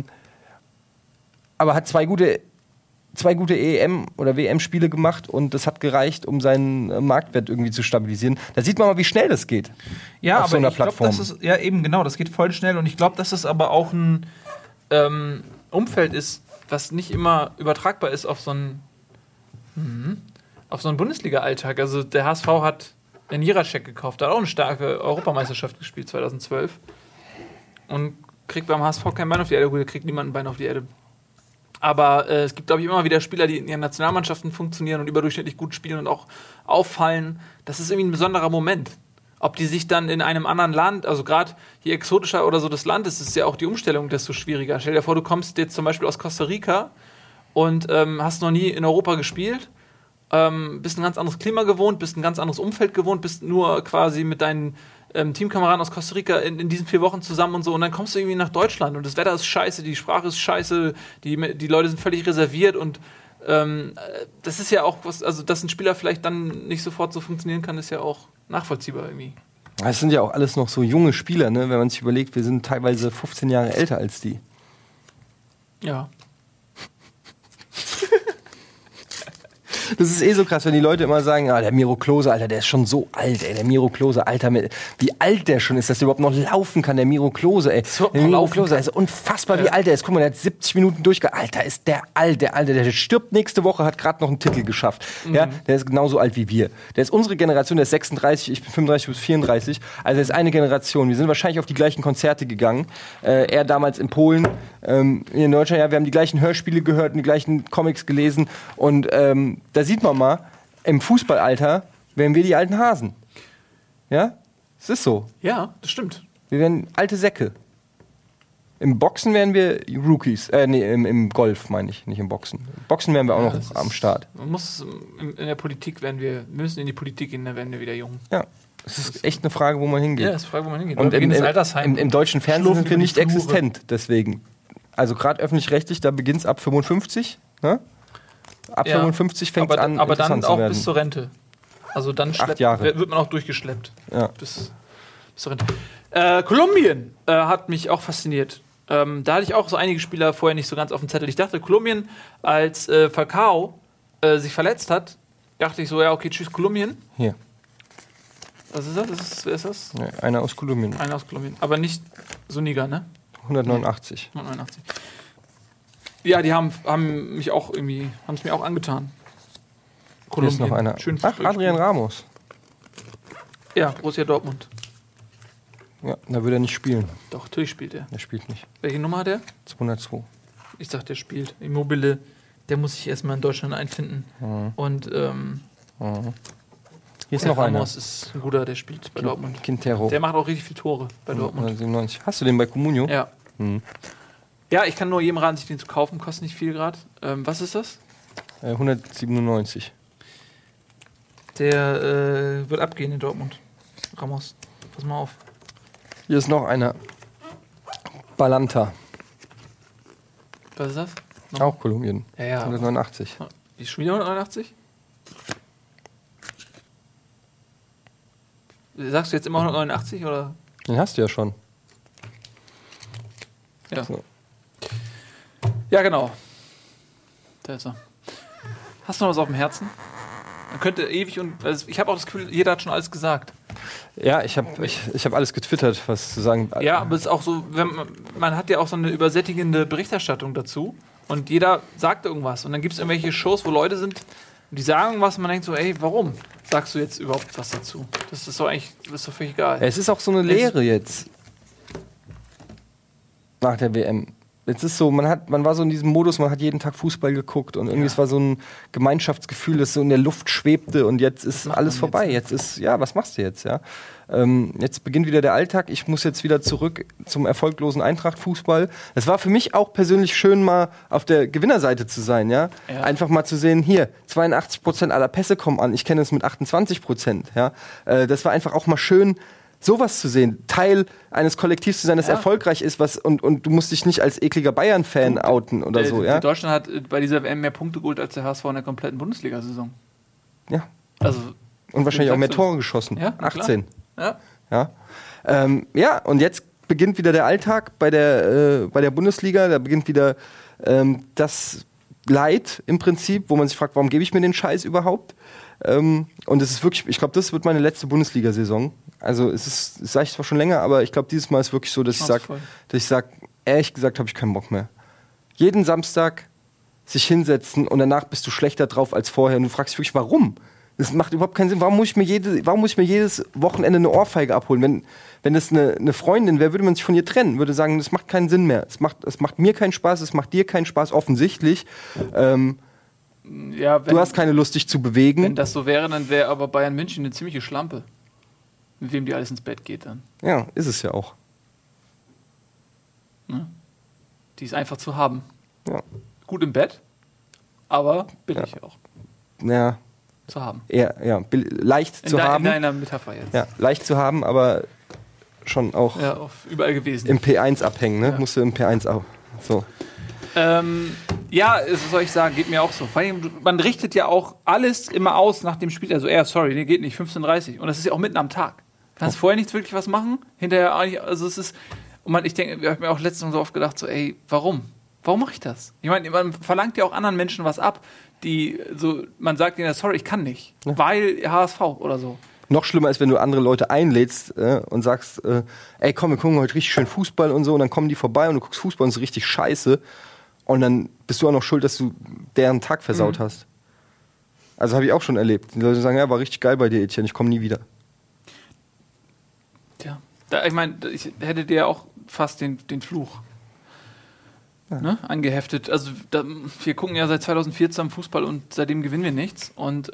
Aber hat 2 gute EM- oder WM-Spiele gemacht und das hat gereicht, um seinen Marktwert irgendwie zu stabilisieren. Da sieht man mal, wie schnell das geht. Ja, auf so einer Plattform. Glaub, das ist, ja, eben genau, das geht voll schnell und ich glaube, dass das aber auch ein Umfeld ist, was nicht immer übertragbar ist auf so einen Bundesliga-Alltag. Also der HSV hat den Jiracek gekauft. Der hat auch eine starke Europameisterschaft gespielt, 2012. Und kriegt beim HSV kein Bein auf die Erde. Gut, er kriegt niemanden ein Bein auf die Erde. Aber es gibt, glaube ich, immer wieder Spieler, die in ihren Nationalmannschaften funktionieren und überdurchschnittlich gut spielen und auch auffallen. Das ist irgendwie ein besonderer Moment. Ob die sich dann in einem anderen Land, also gerade je exotischer oder so das Land ist, ist ja auch die Umstellung desto schwieriger. Stell dir vor, du kommst jetzt zum Beispiel aus Costa Rica und hast noch nie in Europa gespielt, bist ein ganz anderes Klima gewohnt, bist ein ganz anderes Umfeld gewohnt, bist nur quasi mit deinen Teamkameraden aus Costa Rica in diesen 4 Wochen zusammen und so, und dann kommst du irgendwie nach Deutschland und das Wetter ist scheiße, die Sprache ist scheiße, die Leute sind völlig reserviert und das ist ja auch was, also dass ein Spieler vielleicht dann nicht sofort so funktionieren kann, ist ja auch nachvollziehbar irgendwie. Es sind ja auch alles noch so junge Spieler, ne? Wenn man sich überlegt, wir sind teilweise 15 Jahre älter als die. Ja. Das ist so krass, wenn die Leute immer sagen, der Miro Klose, Alter, der ist schon so alt, ey. Der Miro Klose, Alter, wie alt der schon ist, dass der überhaupt noch laufen kann, der Miro Klose, ey. Der Miro Klose, also unfassbar, wie alt der ist. Guck mal, der hat 70 Minuten durchgehalten. Alter, ist der alt, der stirbt nächste Woche, hat gerade noch einen Titel geschafft. Ja, der ist genauso alt wie wir. Der ist unsere Generation, der ist 36, ich bin 35 bis 34. Also, das ist eine Generation. Wir sind wahrscheinlich auf die gleichen Konzerte gegangen. Er damals in Polen, in Deutschland, ja, wir haben die gleichen Hörspiele gehört und die gleichen Comics gelesen und da sieht man mal, im Fußballalter wären wir die alten Hasen. Ja? Es ist so. Ja, das stimmt. Wir wären alte Säcke. Im Boxen wären wir Rookies. Im Golf meine ich, nicht im Boxen. Im Boxen wären wir auch noch am Start. Man muss in der Politik müssen in die Politik gehen, dann werden wir wieder jung. Ja. Es ist echt eine Frage, wo man hingeht. Ja, das ist eine Frage, wo man hingeht. Und im deutschen Fernsehen sind wir nicht existent, deswegen. Also gerade öffentlich-rechtlich, da beginnt es ab 55, ne? Ab 55 fängt es an, aber dann auch bis zur Rente. Also dann 8 Jahre. Wird man auch durchgeschleppt. Ja. Bis zur Rente. Kolumbien hat mich auch fasziniert. Da hatte ich auch so einige Spieler vorher nicht so ganz auf dem Zettel. Ich dachte, Kolumbien, als Falcao sich verletzt hat, dachte ich so, ja, okay, tschüss, Kolumbien. Hier. Was ist das? Wer ist das? Ja, einer aus Kolumbien. Einer aus Kolumbien. Aber nicht Suniga, ne? 189. 189. Ja, die haben es mir auch angetan. Hier ist noch einer. Ach, Adrian Ramos. Ja, Borussia Dortmund. Ja, da würde er nicht spielen. Doch, natürlich spielt er. Er spielt nicht. Welche Nummer hat er? 202. Ich sag, der spielt. Immobile, der muss sich erstmal in Deutschland einfinden. Mhm. Und hier ist noch einer. Ramos ist ein guter, der spielt bei Dortmund. Quintero. Der macht auch richtig viele Tore bei Dortmund. 197. Hast du den bei Comunio? Ja. Mhm. Ja, ich kann nur jedem raten, sich den zu kaufen. Kostet nicht viel gerade. Was ist das? 197. Der wird abgehen in Dortmund. Ramos. Pass mal auf. Hier ist noch einer. Balanta. Was ist das? Noch? Auch Kolumbien. Ja. 189. Ist schon wieder 189? Sagst du jetzt immer 189 oder? Den hast du ja schon. Ja. So. Ja, genau. Da ist er. Hast du noch was auf dem Herzen? Man könnte ewig also ich habe auch das Gefühl, jeder hat schon alles gesagt. Ja, ich hab alles getwittert, was zu sagen. Ja, aber es ist auch so, man hat ja auch so eine übersättigende Berichterstattung dazu und jeder sagt irgendwas und dann gibt es irgendwelche Shows, wo Leute sind und die sagen was und man denkt so, ey, warum sagst du jetzt überhaupt was dazu? Das ist doch völlig egal. Es ist auch so eine Lehre jetzt. Nach der WM. Jetzt ist so, man war so in diesem Modus, man hat jeden Tag Fußball geguckt und irgendwie es war so ein Gemeinschaftsgefühl, das so in der Luft schwebte und jetzt ist alles vorbei. Jetzt ist, ja, was machst du jetzt, ja? Jetzt beginnt wieder der Alltag, ich muss jetzt wieder zurück zum erfolglosen Eintracht-Fußball. Es war für mich auch persönlich schön, mal auf der Gewinnerseite zu sein, ja? Einfach mal zu sehen, hier, 82% aller Pässe kommen an, ich kenne es mit 28%, ja? Das war einfach auch mal schön, sowas zu sehen, Teil eines Kollektivs zu sein, das erfolgreich ist, und du musst dich nicht als ekliger Bayern-Fan outen oder so, ja? Deutschland hat bei dieser WM mehr Punkte geholt als der HSV in der kompletten Bundesliga-Saison. Ja. Also, und wahrscheinlich auch mehr Tore geschossen. Ja, 18. Ja. Ja, und jetzt beginnt wieder der Alltag bei der Bundesliga, da beginnt wieder das Leid im Prinzip, wo man sich fragt, warum gebe ich mir den Scheiß überhaupt? Und es ist wirklich, ich glaube, das wird meine letzte Bundesliga-Saison. Also es sage ich zwar schon länger, aber ich glaube, dieses Mal ist wirklich so, dass ich sage, ehrlich gesagt, habe ich keinen Bock mehr. Jeden Samstag sich hinsetzen und danach bist du schlechter drauf als vorher und du fragst dich wirklich, warum? Das macht überhaupt keinen Sinn. Warum muss ich mir jedes Wochenende eine Ohrfeige abholen? Wenn das eine Freundin wäre, würde man sich von ihr trennen. Würde sagen, das macht keinen Sinn mehr. Es macht mir keinen Spaß, es macht dir keinen Spaß, offensichtlich. Du hast keine Lust, dich zu bewegen. Wenn das so wäre, dann wäre aber Bayern München eine ziemliche Schlampe. Mit wem die alles ins Bett geht dann. Ja, ist es ja auch. Ne? Die ist einfach zu haben. Ja. Gut im Bett, aber billig auch. Ja. Zu haben. Ja, leicht zu haben. In deiner Metapher jetzt. Ja, leicht zu haben, aber schon auch überall gewesen. Im P1 abhängen, ne? Ja. Musst du im P1 auch. So. Was soll ich sagen, geht mir auch so. Vor allem, man richtet ja auch alles immer aus nach dem Spiel. Also, geht nicht, 15:30 Uhr. Und das ist ja auch mitten am Tag. Du kannst vorher nicht wirklich was machen, hinterher eigentlich, also es ist, ich denke, ich habe mir auch letztens so oft gedacht, so, ey, warum? Warum mache ich das? Ich meine, man verlangt ja auch anderen Menschen was ab, man sagt ihnen, sorry, ich kann nicht, weil HSV oder so. Noch schlimmer ist, wenn du andere Leute einlädst und sagst, ey, komm, wir gucken heute richtig schön Fußball und so, und dann kommen die vorbei und du guckst Fußball und es ist richtig scheiße, und dann bist du auch noch schuld, dass du deren Tag versaut hast. Also habe ich auch schon erlebt. Die Leute sagen, ja, war richtig geil bei dir, Etienne, ich komme nie wieder. Tja, ich meine, ich hätte dir auch fast den Fluch angeheftet. Also wir gucken ja seit 2014 Fußball und seitdem gewinnen wir nichts. Und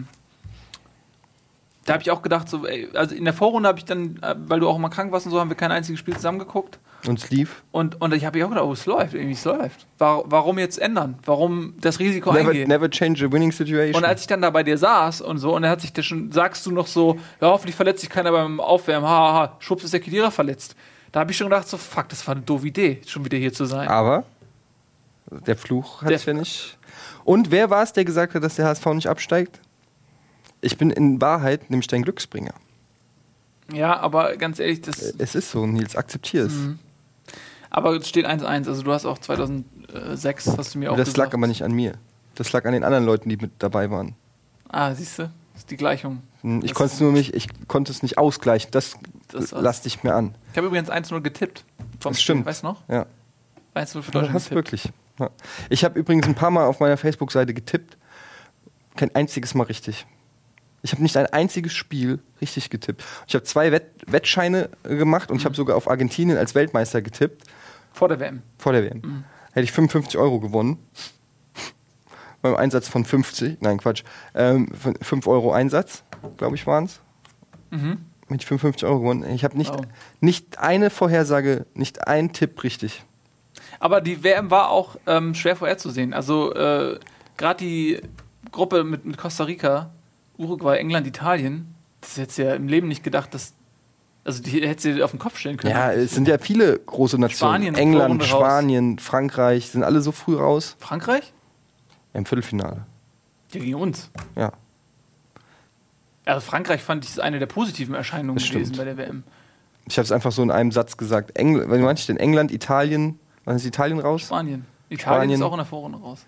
da habe ich auch gedacht, so, also in der Vorrunde habe ich dann, weil du auch immer krank warst und so, haben wir kein einziges Spiel zusammen geguckt. Und es lief. Und ich habe auch gedacht, es läuft. Warum jetzt ändern? Warum das Risiko eingehen? Never change a winning situation. Und als ich dann da bei dir saß und so, und dann sagst du noch so, ja, hoffentlich verletzt sich keiner beim Aufwärmen, schwupps ist der Kedira verletzt. Da habe ich schon gedacht, so, fuck, das war eine doofe Idee, schon wieder hier zu sein. Aber der Fluch hat es ja nicht. Und wer war es, der gesagt hat, dass der HSV nicht absteigt? Ich bin in Wahrheit nämlich dein Glücksbringer. Ja, aber ganz ehrlich, es ist so, Nils, akzeptier es. Aber es steht 1-1, also du hast auch 2006, hast du mir auch gesagt. Das lag aber nicht an mir. Das lag an den anderen Leuten, die mit dabei waren. Ah, siehst du, das ist die Gleichung. Ich konnte es nicht ausgleichen, das lass dich mir an. Ich habe übrigens 1-0 getippt. Das stimmt. Weißt du noch? Ja. 1-0 für Deutschland getippt. Wirklich. Ja. Ich habe übrigens ein paar Mal auf meiner Facebook-Seite getippt. Kein einziges Mal richtig. Ich habe nicht ein einziges Spiel richtig getippt. Ich habe 2 Wettscheine gemacht und ich habe sogar auf Argentinien als Weltmeister getippt. Vor der WM? Vor der WM. Hätte ich 55 € gewonnen. Beim Einsatz von 50. Nein, Quatsch. 5 € Einsatz, glaube ich, waren es. Hätte ich 55 € gewonnen. Ich habe nicht eine Vorhersage, nicht einen Tipp richtig. Aber die WM war auch schwer vorherzusehen. Also gerade die Gruppe mit Costa Rica, Uruguay, England, Italien, das hättest du ja im Leben nicht gedacht, die hättest du dir auf den Kopf stellen können. Ja, es sind ja viele große Nationen. Spanien, England, Spanien, Frankreich, sind alle so früh raus. Frankreich? Ja, im Viertelfinale. Ja, gegen uns. Ja. Also Frankreich fand ich ist eine der positiven Erscheinungen gewesen bei der WM. Ich habe es einfach so in einem Satz gesagt. Was meinte ich denn? England, Italien, wann ist Italien raus? Spanien. Italien ist auch in der Vorrunde raus.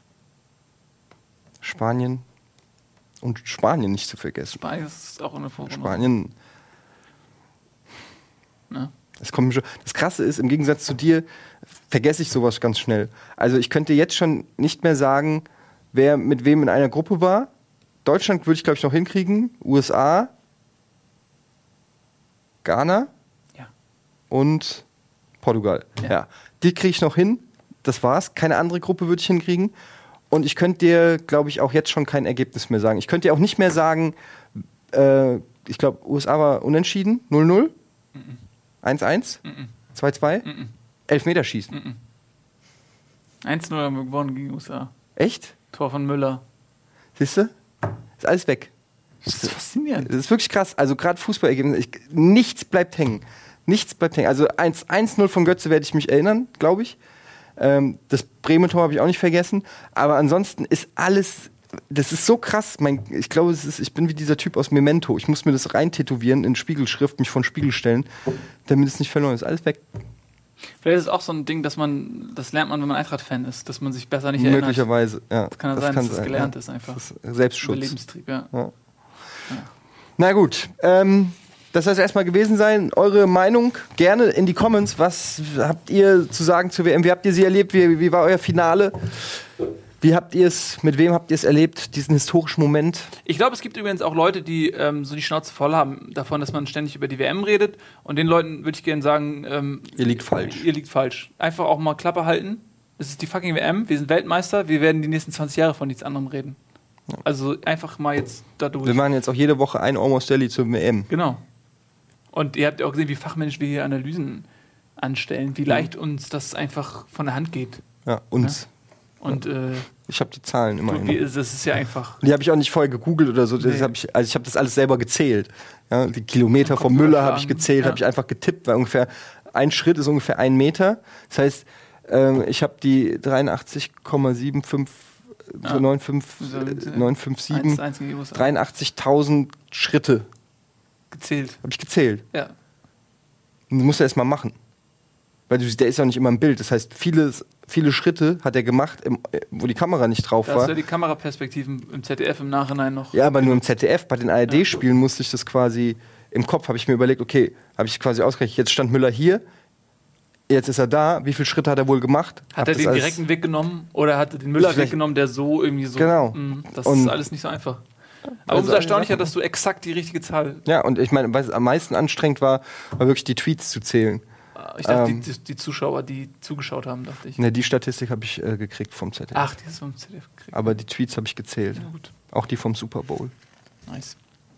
Spanien. Und Spanien nicht zu vergessen. Spanien ist auch in der Vorrunde. Spanien. Ja. Das Krasse ist, im Gegensatz zu dir vergesse ich sowas ganz schnell. Also ich könnte jetzt schon nicht mehr sagen, wer mit wem in einer Gruppe war. Deutschland würde ich, glaube ich, noch hinkriegen. USA, Ghana und Portugal. Ja. Die kriege ich noch hin. Das war's. Keine andere Gruppe würde ich hinkriegen. Und ich könnte dir, glaube ich, auch jetzt schon kein Ergebnis mehr sagen. Ich könnte dir auch nicht mehr sagen, ich glaube, USA war unentschieden, 0-0, 1-1, 2-2, Elfmeterschießen. 1-0 haben wir gewonnen gegen USA. Echt? Tor von Müller. Siehst du? Ist alles weg. Das ist faszinierend. Das ist wirklich krass. Also gerade Fußballergebnisse, nichts bleibt hängen. Nichts bleibt hängen. Also 1-0 von Götze werde ich mich erinnern, glaube ich. Das Bremen-Tor habe ich auch nicht vergessen. Aber ansonsten ist alles, das ist so krass. Ich glaube, ich bin wie dieser Typ aus Memento. Ich muss mir das reintätowieren in Spiegelschrift, mich vor den Spiegel stellen, damit es nicht verloren ist. Alles weg. Vielleicht ist es auch so ein Ding, das lernt man, wenn man Eintracht-Fan ist, dass man sich besser nicht erinnert. Möglicherweise, ja. Das kann ja sein, dass das gelernt ist einfach. Das ist Selbstschutz. Überlebenstrieb, ja. Na gut, das soll es erstmal gewesen sein. Eure Meinung gerne in die Comments. Was habt ihr zu sagen zur WM? Wie habt ihr sie erlebt? Wie war euer Finale? Mit wem habt ihr es erlebt, diesen historischen Moment? Ich glaube, es gibt übrigens auch Leute, die so die Schnauze voll haben davon, dass man ständig über die WM redet. Und den Leuten würde ich gerne sagen, ihr liegt falsch. Ihr liegt falsch. Einfach auch mal Klappe halten. Es ist die fucking WM, wir sind Weltmeister, wir werden die nächsten 20 Jahre von nichts anderem reden. Ja. Also einfach mal jetzt da durch. Wir machen jetzt auch jede Woche ein Almost Daily zur WM. Genau. Und ihr habt ja auch gesehen, wie fachmännisch wir hier Analysen anstellen, wie leicht uns das einfach von der Hand geht. Ja, uns. Ja? Und ich habe die Zahlen immer. Das ist ja einfach. Die habe ich auch nicht vorher gegoogelt oder so. Das ich habe das alles selber gezählt. Ja, die Kilometer vom Müller habe ich gezählt, habe ich einfach getippt, weil ungefähr ein Schritt ist ungefähr 1 Meter. Das heißt, ich habe die 83,75 957 83.000 Schritte gezählt. Habe ich gezählt. Ja. Und du musst ja erst mal machen. Weil der ist ja nicht immer im Bild. Das heißt, viele Schritte hat er gemacht, wo die Kamera nicht drauf war. Da hast du ja die Kameraperspektiven im ZDF im Nachhinein noch. Ja, aber nur im ZDF. Bei den ARD-Spielen musste ich das quasi im Kopf, habe ich mir überlegt, okay, habe ich quasi ausgerechnet, jetzt stand Müller hier, jetzt ist er da, wie viele Schritte hat er wohl gemacht? Hat er den direkten Weg genommen oder hat er den Müller weggenommen, der so irgendwie so... Genau. Das ist alles nicht so einfach. Aber umso erstaunlicher, dass du exakt die richtige Zahl... Ja, und ich meine, was am meisten anstrengend war wirklich die Tweets zu zählen. Ich dachte, die Zuschauer, die zugeschaut haben, dachte ich. Ne, die Statistik habe ich gekriegt vom ZDF. Ach, die ist vom ZDF gekriegt. Aber die Tweets habe ich gezählt. Ja, gut. Auch die vom Super Bowl. Nice.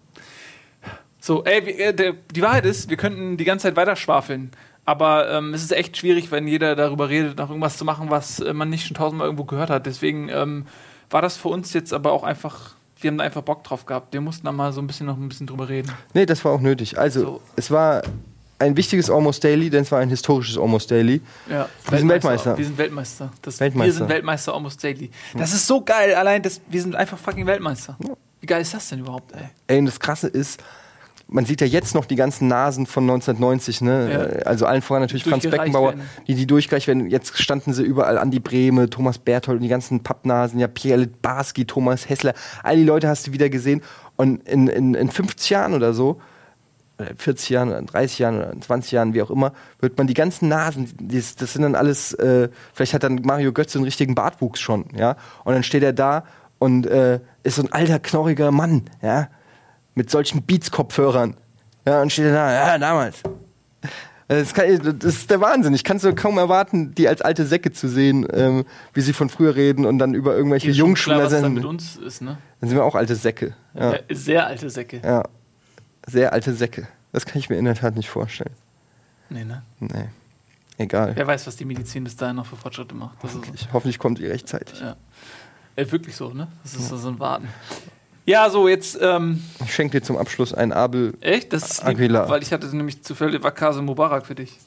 So, die Wahrheit ist, wir könnten die ganze Zeit weiter schwafeln. Aber es ist echt schwierig, wenn jeder darüber redet, noch irgendwas zu machen, was man nicht schon 1000-mal irgendwo gehört hat. Deswegen war das für uns jetzt aber auch einfach, wir haben da einfach Bock drauf gehabt. Wir mussten da mal noch ein bisschen drüber reden. Nee, das war auch nötig. Also, es war ein wichtiges Almost Daily, denn es war ein historisches Almost Daily. Ja, wir sind Weltmeister. Wir sind Weltmeister. Wir sind Weltmeister Almost Daily. Das ist so geil, allein, wir sind einfach fucking Weltmeister. Ja. Wie geil ist das denn überhaupt, ey? Und das Krasse ist, man sieht ja jetzt noch die ganzen Nasen von 1990, ne? Ja. Also allen voran natürlich Franz Beckenbauer, die durchgereicht werden. Jetzt standen sie überall, Andi Brehme, Thomas Berthold und die ganzen Pappnasen, ja, Pierre Littbarski, Thomas Hessler, all die Leute hast du wieder gesehen. Und in 50 Jahren oder so, 40 Jahren oder 30 Jahren oder 20 Jahren, wie auch immer, wird man die ganzen Nasen, das sind dann alles, vielleicht hat dann Mario Götze einen richtigen Bartwuchs schon, ja? Und dann steht er da und ist so ein alter, knorriger Mann, ja? Mit solchen Beats-Kopfhörern. Ja, und steht da, ja, damals. Das ist der Wahnsinn. Ich kann es so kaum erwarten, die als alte Säcke zu sehen, wie sie von früher reden und dann über irgendwelche Jungschüler sind. Was mit uns ist, ne? Dann sind wir auch alte Säcke. Ja. Sehr alte Säcke. Ja, sehr alte Säcke. Das kann ich mir in der Tat nicht vorstellen. Nee, ne? Nee. Egal. Wer weiß, was die Medizin bis dahin noch für Fortschritte macht. Hoffentlich kommt die rechtzeitig. Ja. Wirklich so, ne? Das ist so ein Warten. Ja, so, jetzt. Ich schenke dir zum Abschluss einen Abel. Echt? Das ist Aguilar. Lieb, weil ich hatte nämlich zufällig Wakase Mubarak für dich.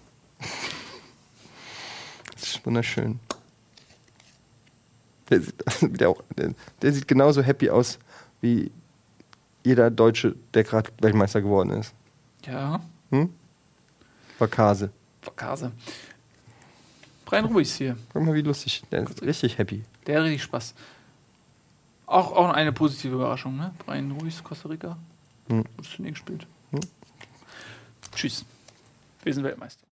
Das ist wunderschön. Der sieht genauso happy aus wie jeder Deutsche, der gerade Weltmeister geworden ist. Ja. Wakase. Brian Ruiz hier. Guck mal, wie lustig. Der ist richtig happy. Der hat richtig Spaß. Auch eine positive Überraschung, ne? Brian Ruiz, Costa Rica. Das Turnier gespielt. Tschüss. Wir sind Weltmeister.